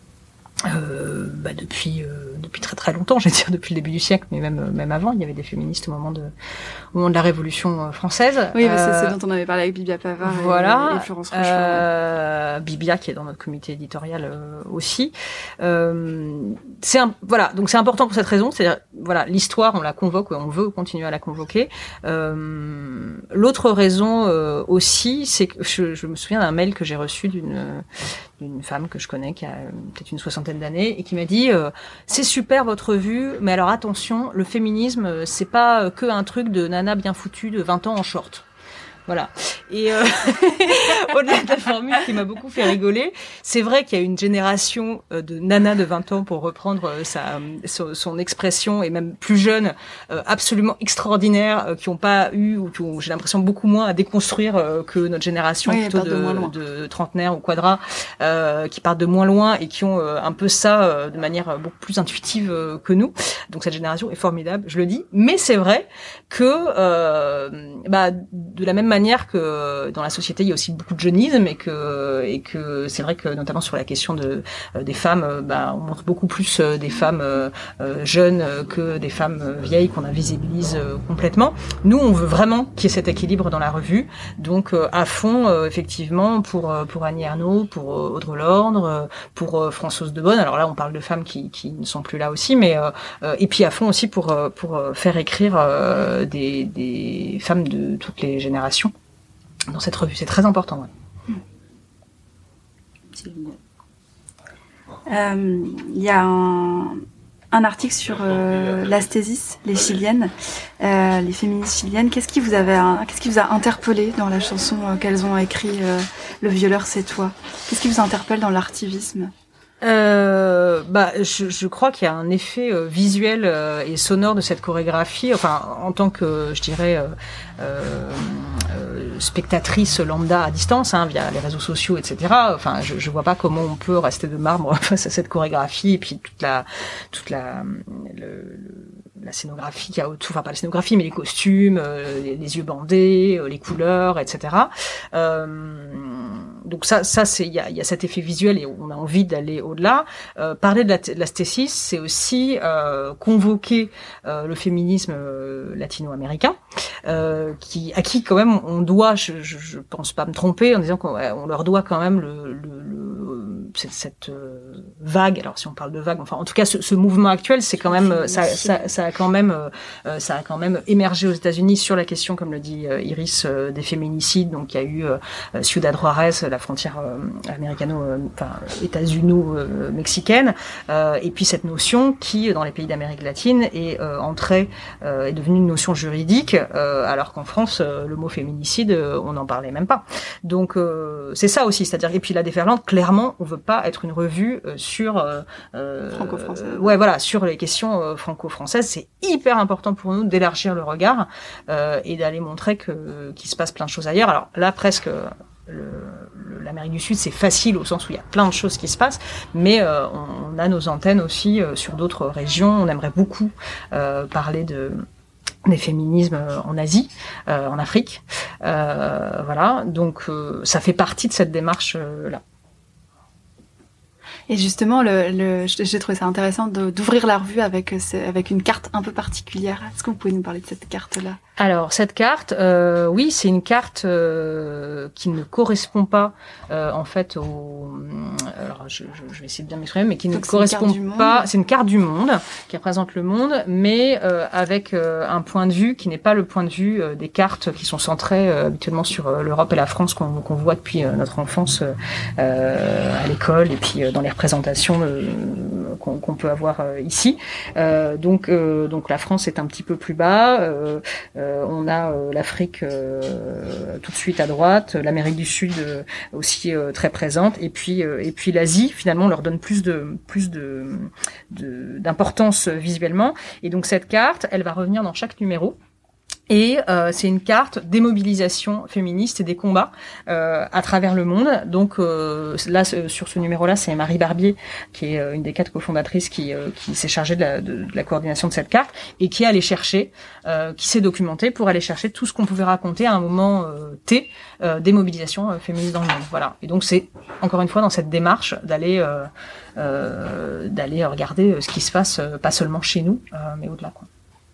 depuis très très longtemps, je vais dire depuis le début du siècle, mais même avant, il y avait des féministes au moment de la Révolution française. Oui, c'est ce dont on avait parlé avec Bibia Pavard et Florence Rochefort. Bibia qui est dans notre comité éditorial aussi. Donc c'est important pour cette raison, c'est-à-dire voilà, l'histoire on la convoque, on veut continuer à la convoquer. L'autre raison aussi, c'est que je me souviens d'un mail que j'ai reçu d'une femme que je connais qui a peut-être une soixantaine d'années et qui m'a dit c'est super votre revue, mais alors attention, le féminisme c'est pas que un truc de nana bien foutue de 20 ans en short. Voilà. Et au-delà de la formule qui m'a beaucoup fait rigoler, c'est vrai qu'il y a une génération de nanas de 20 ans, pour reprendre son expression, et même plus jeunes, absolument extraordinaires, qui ont pas eu, ou qui ont, j'ai l'impression, beaucoup moins à déconstruire que notre génération, plutôt de trentenaires ou quadras, qui partent de moins loin et qui ont un peu ça de manière beaucoup plus intuitive que nous. Donc cette génération est formidable, je le dis. Mais c'est vrai que de la même manière que dans la société il y a aussi beaucoup de jeunisme, et que c'est vrai que notamment sur la question des femmes, on montre beaucoup plus des femmes jeunes que des femmes vieilles qu'on invisibilise complètement. Nous on veut vraiment qu'il y ait cet équilibre dans la revue, donc à fond effectivement pour Annie Ernaux, pour Audre Lorde, pour Françoise Daubonne. Alors là on parle de femmes qui ne sont plus là aussi, mais et puis à fond aussi pour faire écrire des femmes de toutes les générations dans cette revue. C'est très important. Il y a un article sur l'asthésis, les chiliennes, les féministes chiliennes. Qu'est-ce qui vous a interpellé dans la chanson qu'elles ont écrit Le violeur c'est toi? Qu'est-ce qui vous interpelle dans l'artivisme? Je crois qu'il y a un effet visuel et sonore de cette chorégraphie, enfin en tant que, je dirais, spectatrice lambda à distance, via les réseaux sociaux, etc. Enfin, je vois pas comment on peut rester de marbre face à cette chorégraphie, et puis toute la la scénographie qu'il y a autour, enfin pas la scénographie, mais les costumes, les yeux bandés, les couleurs, etc. Donc ça c'est il y a cet effet visuel et on a envie d'aller au-delà. Parler de la stésis, c'est aussi convoquer le féminisme latino-américain, à qui quand même on doit, je pense pas me tromper en disant qu'on leur doit quand même cette vague. Alors si on parle de vague, enfin en tout cas ce mouvement actuel, c'est quand même ça a quand même émergé aux États-Unis sur la question, comme le dit Iris, des féminicides. Donc il y a eu Ciudad Juárez, la frontière états-uno-mexicaine, et puis cette notion qui dans les pays d'Amérique latine est devenue une notion juridique, alors qu'en France le mot féminicide on n'en parlait même pas. Donc c'est ça aussi, c'est-à-dire, et puis la déferlante, clairement on veut pas être une revue sur franco-française. Sur les questions franco-françaises. C'est hyper important pour nous d'élargir le regard et d'aller montrer qu'il se passe plein de choses ailleurs. Alors là, presque l'Amérique du Sud, c'est facile au sens où il y a plein de choses qui se passent, mais on a nos antennes aussi sur d'autres régions. On aimerait beaucoup parler des féminismes en Asie, en Afrique, donc ça fait partie de cette démarche là. Et justement, j'ai trouvé ça intéressant d'ouvrir la revue avec une carte un peu particulière. Est-ce que vous pouvez nous parler de cette carte-là ? Alors cette carte, oui, c'est une carte qui ne correspond pas en fait alors je vais essayer de bien m'exprimer, mais qui ne correspond pas. C'est une carte du monde qui représente le monde, mais avec un point de vue qui n'est pas le point de vue des cartes qui sont centrées habituellement sur l'Europe et la France qu'on voit depuis notre enfance à l'école et puis dans les représentations qu'on peut avoir ici. Donc la France est un petit peu plus bas. On a l'Afrique tout de suite à droite, l'Amérique du Sud aussi très présente, et puis l'Asie, finalement on leur donne plus d'importance visuellement. Et donc cette carte, elle va revenir dans chaque numéro. Et c'est une carte des mobilisations féministes et des combats à travers le monde. Donc là, sur ce numéro-là, c'est Marie Barbier, qui est une des 4 cofondatrices, qui s'est chargée de la coordination de cette carte et qui est allée chercher, qui s'est documentée pour aller chercher tout ce qu'on pouvait raconter à un moment T des mobilisations féministes dans le monde. Voilà. Et donc c'est encore une fois dans cette démarche d'aller regarder ce qui se passe, pas seulement chez nous, mais au-delà, quoi.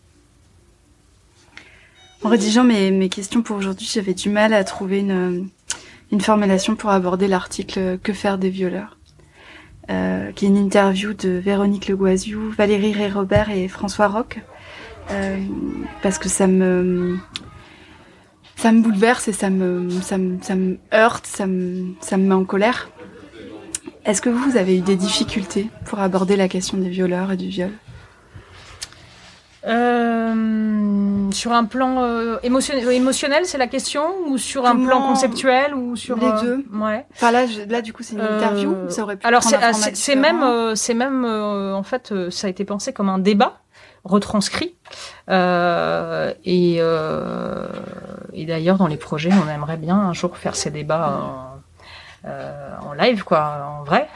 En rédigeant mes questions pour aujourd'hui, j'avais du mal à trouver une formulation pour aborder l'article « Que faire des violeurs ?» qui est une interview de Véronique Legoisiou, Valérie Rey-Robert et François Roch, parce que ça me bouleverse et ça me heurte, ça me met en colère. Est-ce que vous avez eu des difficultés pour aborder la question des violeurs et du viol ? Sur un plan émotionnel, c'est la question, ou sur un plan conceptuel, ou sur les deux. Ouais. Enfin là du coup c'est une interview, ça aurait pu. Alors c'est même en fait ça a été pensé comme un débat retranscrit et d'ailleurs dans les projets on aimerait bien un jour faire ces débats en live, quoi, en vrai.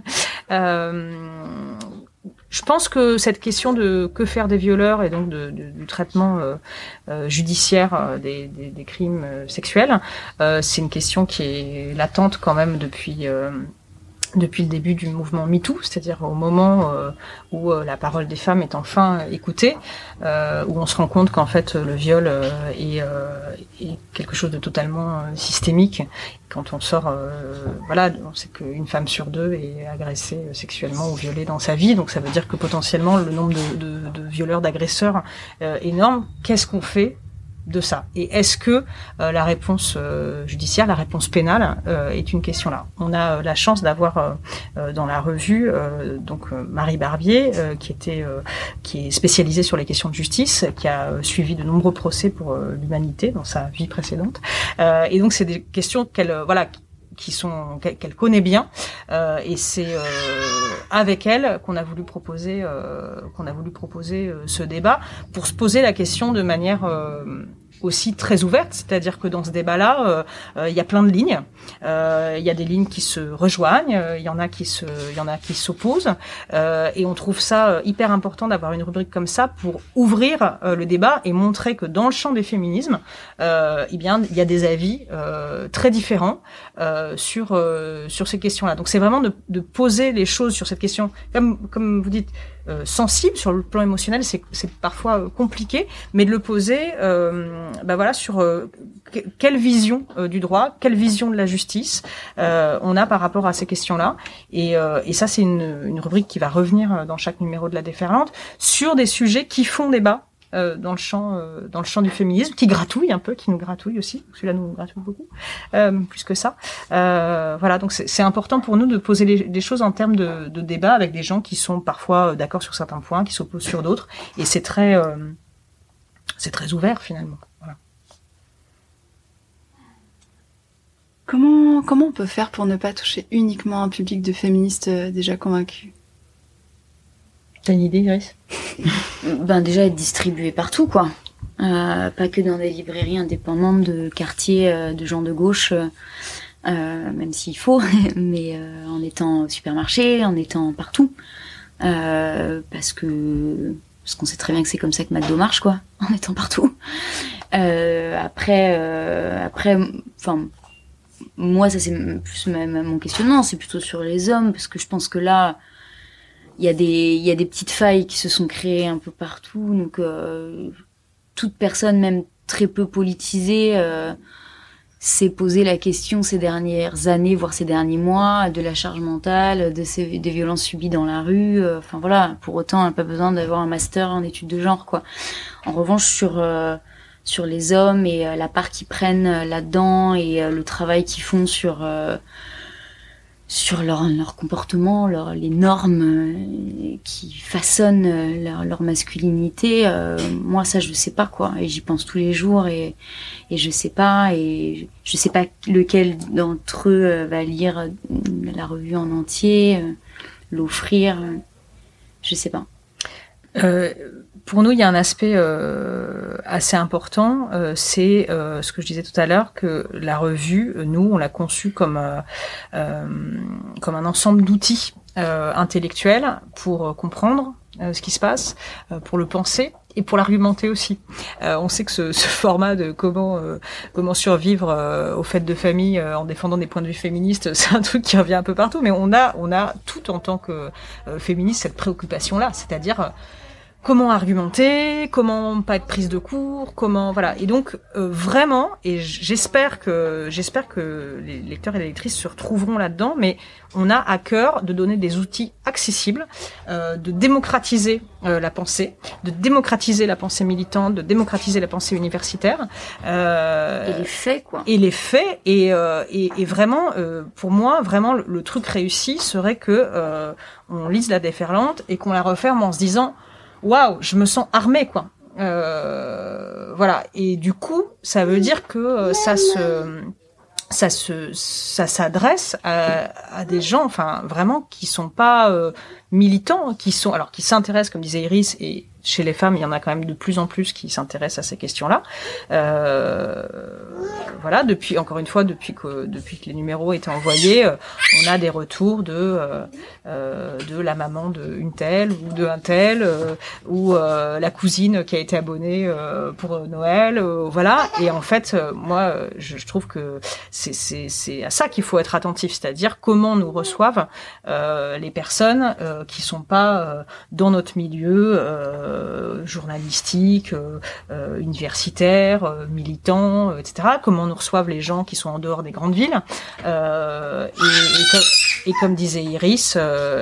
Je pense que cette question de que faire des violeurs et donc du traitement judiciaire des crimes sexuels, c'est une question qui est latente quand même depuis le début du mouvement MeToo, c'est-à-dire au moment où la parole des femmes est enfin écoutée, où on se rend compte qu'en fait le viol est quelque chose de totalement systémique. Quand on sort, on sait qu'une femme sur 2 est agressée sexuellement ou violée dans sa vie, donc ça veut dire que potentiellement le nombre de violeurs, d'agresseurs est énorme. Qu'est-ce qu'on fait de ça? Et est-ce que la réponse judiciaire, la réponse pénale est une question là? On a la chance d'avoir dans la revue Marie Barbier qui est spécialisée sur les questions de justice, qui a suivi de nombreux procès pour l'humanité dans sa vie précédente, et donc c'est des questions qu'elle connaît bien, et c'est avec elle qu'on a voulu proposer ce débat pour se poser la question de manière aussi très ouverte, c'est-à-dire que dans ce débat-là, il y a plein de lignes. Il y a des lignes qui se rejoignent, il y en a qui s'opposent, et on trouve ça hyper important d'avoir une rubrique comme ça pour ouvrir le débat et montrer que dans le champ des féminismes, eh bien, il y a des avis très différents sur ces questions-là. Donc, c'est vraiment de poser les choses sur cette question, comme vous dites, sensible sur le plan émotionnel, c'est parfois compliqué, mais de le poser, sur quelle vision du droit, quelle vision de la justice on a par rapport à ces questions-là, et ça c'est une rubrique qui va revenir dans chaque numéro de la Déferlante sur des sujets qui font débat dans le champ du féminisme, qui gratouille un peu, qui nous gratouille aussi. Celui-là nous gratouille beaucoup, plus que ça. Voilà, donc c'est important pour nous de poser des choses en termes de débat avec des gens qui sont parfois d'accord sur certains points, qui s'opposent sur d'autres, et c'est très ouvert finalement. Voilà. Comment on peut faire pour ne pas toucher uniquement un public de féministes déjà convaincus? T'as une idée, Iris? Déjà être distribué partout, quoi. Pas que dans des librairies indépendantes de quartiers de gens de gauche, même s'il faut, mais en étant au supermarché, en étant partout. Parce qu'on sait très bien que c'est comme ça que McDo marche, quoi, en étant partout. Après, moi, ça c'est plus mon questionnement, c'est plutôt sur les hommes, parce que je pense que là, il y a des petites failles qui se sont créées un peu partout, donc toute personne, même très peu politisée, s'est posé la question ces dernières années, voire ces derniers mois, de la charge mentale, des violences subies dans la rue. Enfin voilà, pour autant, on n'a pas besoin d'avoir un master en études de genre, quoi. En revanche, sur les hommes et la part qu'ils prennent là-dedans et le travail qu'ils font sur leur comportement, les normes qui façonnent leur masculinité, moi ça je sais pas, quoi, et j'y pense tous les jours, et je sais pas lequel d'entre eux va lire la revue en entier, l'offrir, je sais pas. Pour nous, il y a un aspect assez important, c'est ce que je disais tout à l'heure, que la revue, nous, on l'a conçue comme un ensemble d'outils intellectuels pour comprendre ce qui se passe, pour le penser et pour l'argumenter aussi. On sait que ce format de comment survivre aux fêtes de famille en défendant des points de vue féministes, c'est un truc qui revient un peu partout, mais on a tout en tant que féministe cette préoccupation-là, c'est-à-dire comment argumenter, comment pas être prise de court, voilà. Et donc vraiment, et j'espère que les lecteurs et les lectrices se retrouveront là-dedans, mais on a à cœur de donner des outils accessibles, de démocratiser la pensée, de démocratiser la pensée militante, de démocratiser la pensée universitaire. Et les faits, quoi. Et les faits, et vraiment, pour moi, vraiment, le truc réussi serait que on lise la Déferlante et qu'on la referme en se disant waouh, je me sens armée, quoi. Voilà. Et du coup, ça veut dire que ça s'adresse à des gens, enfin, vraiment, qui sont pas militants, qui s'intéressent, comme disait Iris, et chez les femmes, il y en a quand même de plus en plus qui s'intéressent à ces questions-là. Voilà, depuis que les numéros étaient envoyés, on a des retours de la maman d'une telle ou de un tel, ou la cousine qui a été abonnée pour Noël, voilà. Et en fait, moi, je trouve que c'est à ça qu'il faut être attentif, c'est-à-dire comment nous reçoivent les personnes qui sont pas dans notre milieu journalistique, universitaire, militant, etc. Comment nous reçoivent les gens qui sont en dehors des grandes villes, et comme disait Iris,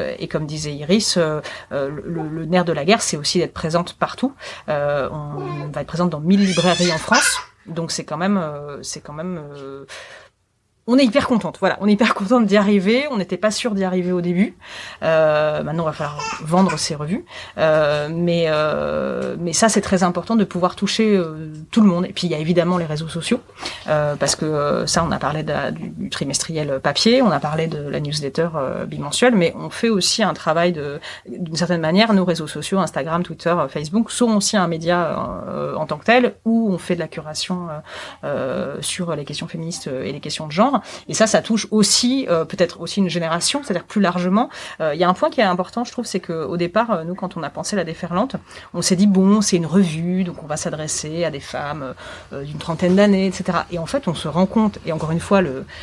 le nerf de la guerre, c'est aussi d'être présente partout. On va être présente dans 1000 librairies en France, donc c'est quand même on est hyper contente. Voilà, on est hyper contente d'y arriver. On n'était pas sûr d'y arriver au début. Maintenant, on va falloir vendre ces revues. Mais ça, c'est très important de pouvoir toucher tout le monde. Et puis, il y a évidemment les réseaux sociaux, parce que ça, on a parlé du trimestriel papier, on a parlé de la newsletter bimensuelle, mais on fait aussi un travail d'une certaine manière. Nos réseaux sociaux, Instagram, Twitter, Facebook, sont aussi un média en tant que tel, où on fait de la curation sur les questions féministes et les questions de genre. Et ça touche aussi peut-être aussi une génération, c'est-à-dire plus largement. Il y a un point qui est important, je trouve, c'est que au départ, nous, quand on a pensé La Déferlante, on s'est dit bon, c'est une revue, donc on va s'adresser à des femmes d'une trentaine d'années, etc. Et en fait, on se rend compte, et encore une fois,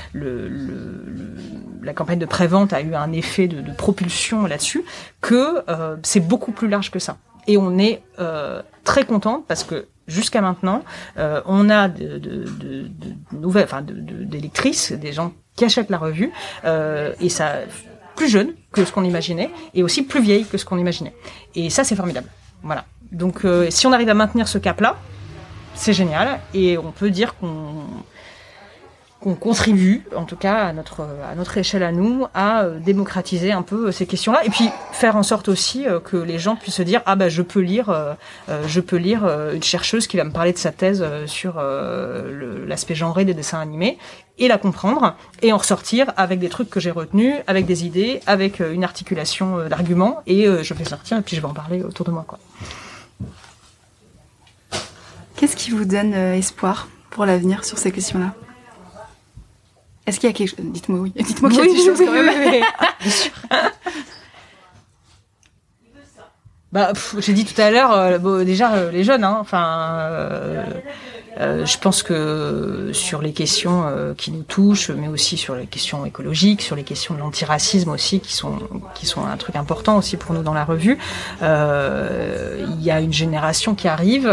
la campagne de prévente a eu un effet de propulsion là-dessus, que c'est beaucoup plus large que ça. Et on est très contente parce que jusqu'à maintenant, on a de nouvelles, enfin des lectrices, des gens qui achètent la revue, et ça plus jeune que ce qu'on imaginait, et aussi plus vieille que ce qu'on imaginait. Et ça, c'est formidable. Voilà. Donc, si on arrive à maintenir ce cap-là, c'est génial, et on peut dire qu'on contribue, en tout cas à notre échelle à nous, à démocratiser un peu ces questions-là, et puis faire en sorte aussi que les gens puissent se dire je peux lire une chercheuse qui va me parler de sa thèse sur l'aspect genré des dessins animés, et la comprendre, et en ressortir avec des trucs que j'ai retenus, avec des idées, avec une articulation d'arguments, et je vais sortir et puis je vais en parler autour de moi, quoi. Qu'est-ce qui vous donne espoir pour l'avenir sur ces questions-là ? Est-ce qu'il y a quelque chose ? Dites-moi oui. Dites-moi qu'il y a des choses quand même. Oui. Bien sûr. J'ai dit tout à l'heure, déjà les jeunes, je pense que sur les questions qui nous touchent, mais aussi sur les questions écologiques, sur les questions de l'antiracisme aussi, qui sont un truc important aussi pour nous dans la revue, il y a une génération qui arrive,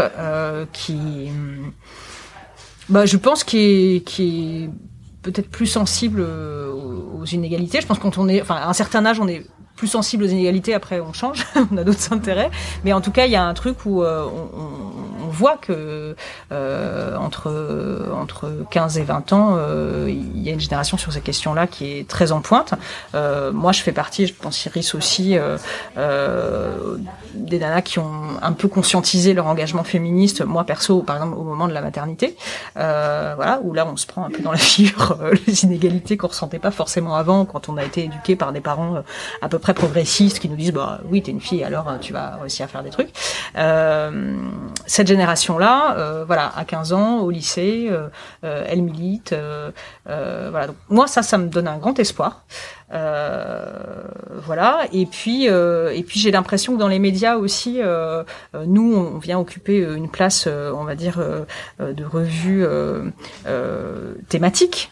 je pense qui est peut-être plus sensible aux inégalités. Je pense à un certain âge, on est plus sensible aux inégalités. Après, on change, on a d'autres intérêts. Mais en tout cas, il y a un truc où on voit que entre 15 et 20 ans, il y a une génération sur ces questions-là qui est très en pointe. Moi, je fais partie, je pense Iris aussi, des nanas qui ont un peu conscientisé leur engagement féministe. Moi, perso, par exemple, au moment de la maternité, où là, on se prend un peu dans la figure les inégalités qu'on ressentait pas forcément avant, quand on a été éduqué par des parents à peu près progressistes qui nous disent oui, t'es une fille, alors tu vas réussir à faire des trucs. Cette génération-là, à 15 ans, au lycée, elle milite. Donc, moi, ça me donne un grand espoir. Et puis j'ai l'impression que dans les médias aussi, nous on vient occuper une place, on va dire, de revue thématique,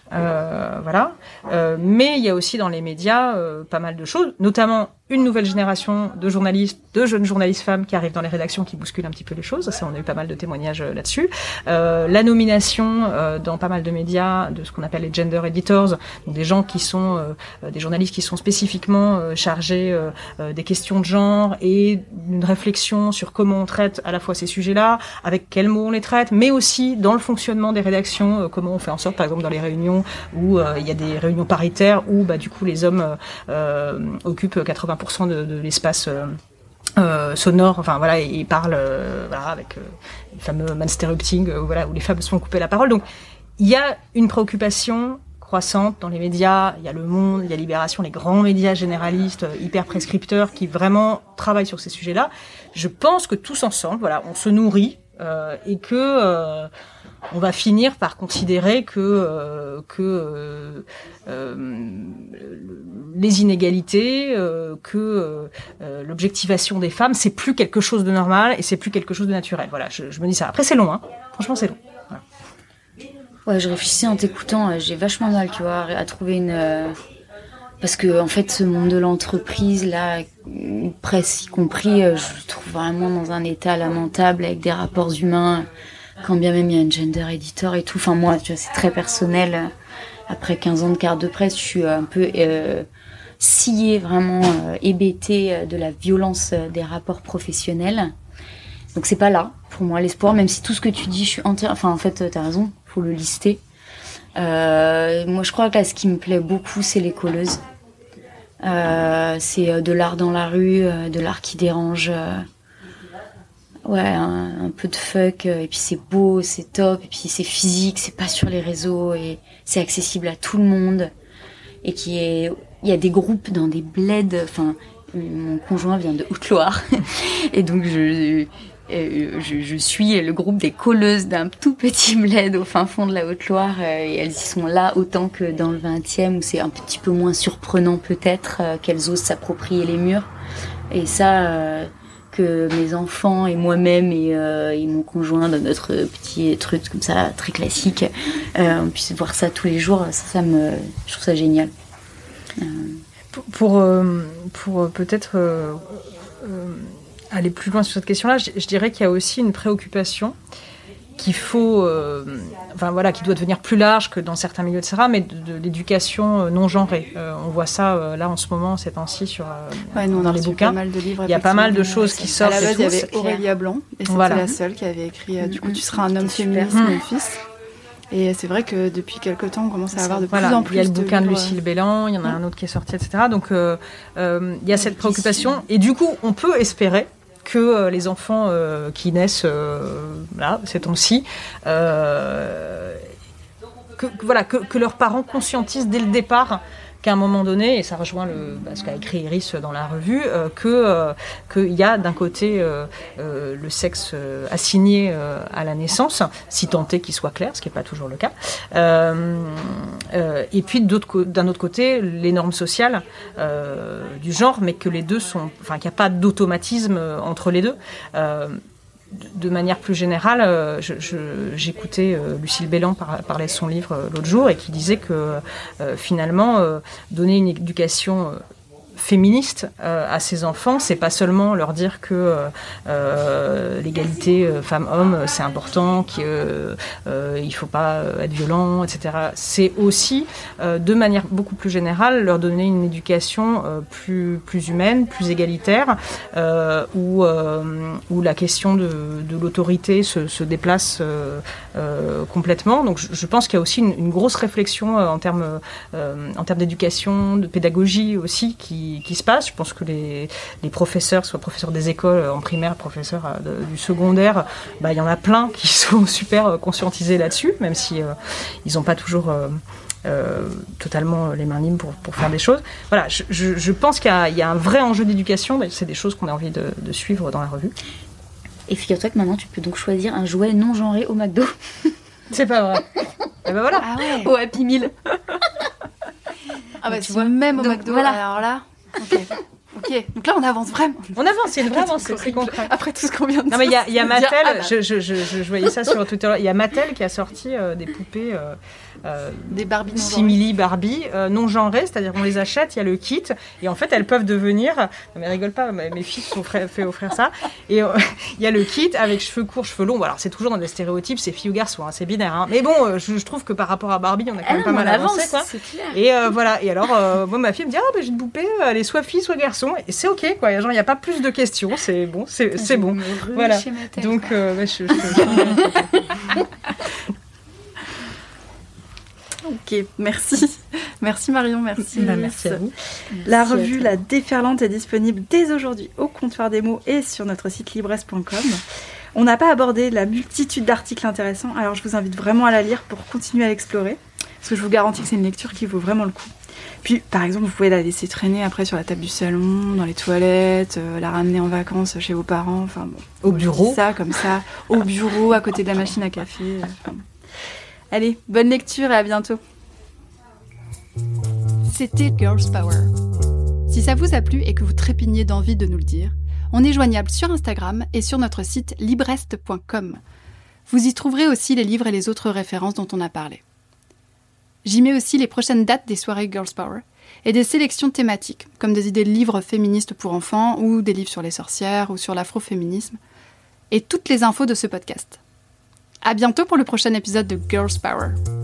mais il y a aussi dans les médias pas mal de choses, notamment une nouvelle génération de journalistes, de jeunes journalistes femmes qui arrivent dans les rédactions, qui bousculent un petit peu les choses. Ça, on a eu pas mal de témoignages là-dessus. La nomination dans pas mal de médias de ce qu'on appelle les gender editors, donc des gens qui sont des journalistes qui sont spécifiquement chargés des questions de genre et d'une réflexion sur comment on traite à la fois ces sujets-là, avec quels mots on les traite, mais aussi dans le fonctionnement des rédactions, comment on fait en sorte, par exemple, dans les réunions où il y a des réunions paritaires où du coup les hommes occupent 80% de l'espace sonore, et ils parlent avec le fameux mansтерupting, où les femmes se font couper la parole. Donc il y a une préoccupation croissante dans les médias, il y a Le Monde, il y a Libération, les grands médias généralistes, hyper prescripteurs, qui vraiment travaillent sur ces sujets-là. Je pense que tous ensemble, on se nourrit, et que on va finir par considérer que les inégalités, l'objectivation des femmes, c'est plus quelque chose de normal et c'est plus quelque chose de naturel. Je me dis ça. Après, c'est long, franchement, c'est long. Voilà. Ouais, je réfléchissais en t'écoutant, j'ai vachement mal, tu vois, à trouver parce que en fait, ce monde de l'entreprise, là, presse y compris, je le trouve vraiment dans un état lamentable, avec des rapports humains, quand bien même il y a une gender editor et tout. Enfin, moi, tu vois, c'est très personnel. Après 15 ans de carte de presse, je suis un peu sciée, vraiment hébétée de la violence des rapports professionnels. Donc c'est pas là, pour moi, l'espoir, même si tout ce que tu dis, je suis entière... Enfin, en fait, t'as raison, faut le lister. Moi, je crois que là, ce qui me plaît beaucoup, c'est les colleuses. C'est de l'art dans la rue, de l'art qui dérange. Un peu de fuck, et puis c'est beau, c'est top, et puis c'est physique, c'est pas sur les réseaux, et c'est accessible à tout le monde. Et il y a des groupes dans des bleds, enfin, mon conjoint vient de Haute-Loire, et donc je suis le groupe des colleuses d'un tout petit bled au fin fond de la Haute-Loire, et elles y sont là autant que dans le 20e, où c'est un petit peu moins surprenant peut-être, qu'elles osent s'approprier les murs. Et ça... que mes enfants et moi-même et mon conjoint dans notre petit truc comme ça très classique, on puisse voir ça tous les jours, je trouve ça génial. Pour peut-être aller plus loin sur cette question-là, je dirais qu'il y a aussi une préoccupation qu'il faut, qui doit devenir plus large que dans certains milieux, etc., mais de l'éducation non genrée. On voit ça là en ce moment, ces temps-ci, dans les bouquins. Pas mal de livres, il y a pas mal de choses qui sortent. À la base, il y avait Aurélia Blanc, et c'était la seule qui avait écrit Du coup, tu seras un homme féministe, mon fils. Et c'est vrai que depuis quelque temps, on commence à avoir de plus en plus. Il y a le bouquin de Lucille Bélan, il y en a un autre qui est sorti, etc. Donc, il y a cette préoccupation. Et du coup, on peut espérer que les enfants qui naissent ces temps-ci, que leurs parents conscientisent dès le départ qu'à un moment donné, et ça rejoint ce qu'a écrit Iris dans la revue, qu'il y a d'un côté le sexe assigné à la naissance, si tant est qu'il soit clair, ce qui n'est pas toujours le cas, et puis d'un autre côté, les normes sociales du genre, mais que les deux qu'il n'y a pas d'automatisme entre les deux. De manière plus générale, j'écoutais Lucille Bélan parler de son livre l'autre jour, et qui disait que finalement, donner une éducation féministe à ses enfants, c'est pas seulement leur dire que l'égalité femmes-hommes c'est important, qu'il faut pas être violent, etc. C'est aussi, de manière beaucoup plus générale, leur donner une éducation plus humaine, plus égalitaire, où la question de l'autorité se déplace complètement. Donc je pense qu'il y a aussi une grosse réflexion en termes d'éducation, de pédagogie aussi, qui se passe. Je pense que les professeurs, soit professeurs des écoles en primaire, professeurs du secondaire, il y en a plein qui sont super conscientisés là-dessus, même si ils n'ont pas toujours totalement les mains libres pour faire des choses. Voilà, je pense qu'il y a un vrai enjeu d'éducation. C'est des choses qu'on a envie de suivre dans la revue. Et figure-toi que maintenant tu peux donc choisir un jouet non genré au McDo. C'est pas vrai. Et voilà. Ah ouais. Au Happy Meal. Tu vois, même au McDo. Voilà. Alors là, ok. Donc là, on avance vraiment. On avance, c'est une vraie avancée, c'est concret. Après tout ce qu'on vient de dire. Non, mais il y a Mattel, je voyais ça sur Twitter, il y a Mattel qui a sorti des poupées, des Barbie simili Barbie, non genrées, c'est-à-dire qu'on les achète, il y a le kit, et en fait, elles peuvent devenir, non mais rigole pas, mes filles sont fait offrir ça, et il y a le kit avec cheveux courts, cheveux longs, alors c'est toujours dans des stéréotypes, c'est fille ou garçon, c'est binaire, hein. Mais bon, je trouve que par rapport à Barbie, on a quand même pas mal avancé, quoi. C'est clair. Et voilà, et alors, moi, ma fille me dit, j'ai une poupée, elle est soit fille, soit garçon, et c'est ok, quoi, genre, il n'y a pas plus de questions, c'est bon, c'est bon. Voilà. Donc, Ok, merci. Merci Marion, merci. Merci à vous. La revue La Déferlante est disponible dès aujourd'hui au Comptoir des mots et sur notre site libresse.com. On n'a pas abordé la multitude d'articles intéressants, alors je vous invite vraiment à la lire pour continuer à l'explorer, parce que je vous garantis que c'est une lecture qui vaut vraiment le coup. Puis, par exemple, vous pouvez la laisser traîner après sur la table du salon, dans les toilettes, la ramener en vacances chez vos parents, enfin bon. Au bureau. Ça, comme ça, au bureau, à côté de la machine à café. Allez, bonne lecture et à bientôt. C'était Girls Power. Si ça vous a plu et que vous trépignez d'envie de nous le dire, on est joignable sur Instagram et sur notre site libreste.com. Vous y trouverez aussi les livres et les autres références dont on a parlé. J'y mets aussi les prochaines dates des soirées Girls Power et des sélections thématiques, comme des idées de livres féministes pour enfants ou des livres sur les sorcières ou sur l'afroféminisme, et toutes les infos de ce podcast. À bientôt pour le prochain épisode de Girls Power.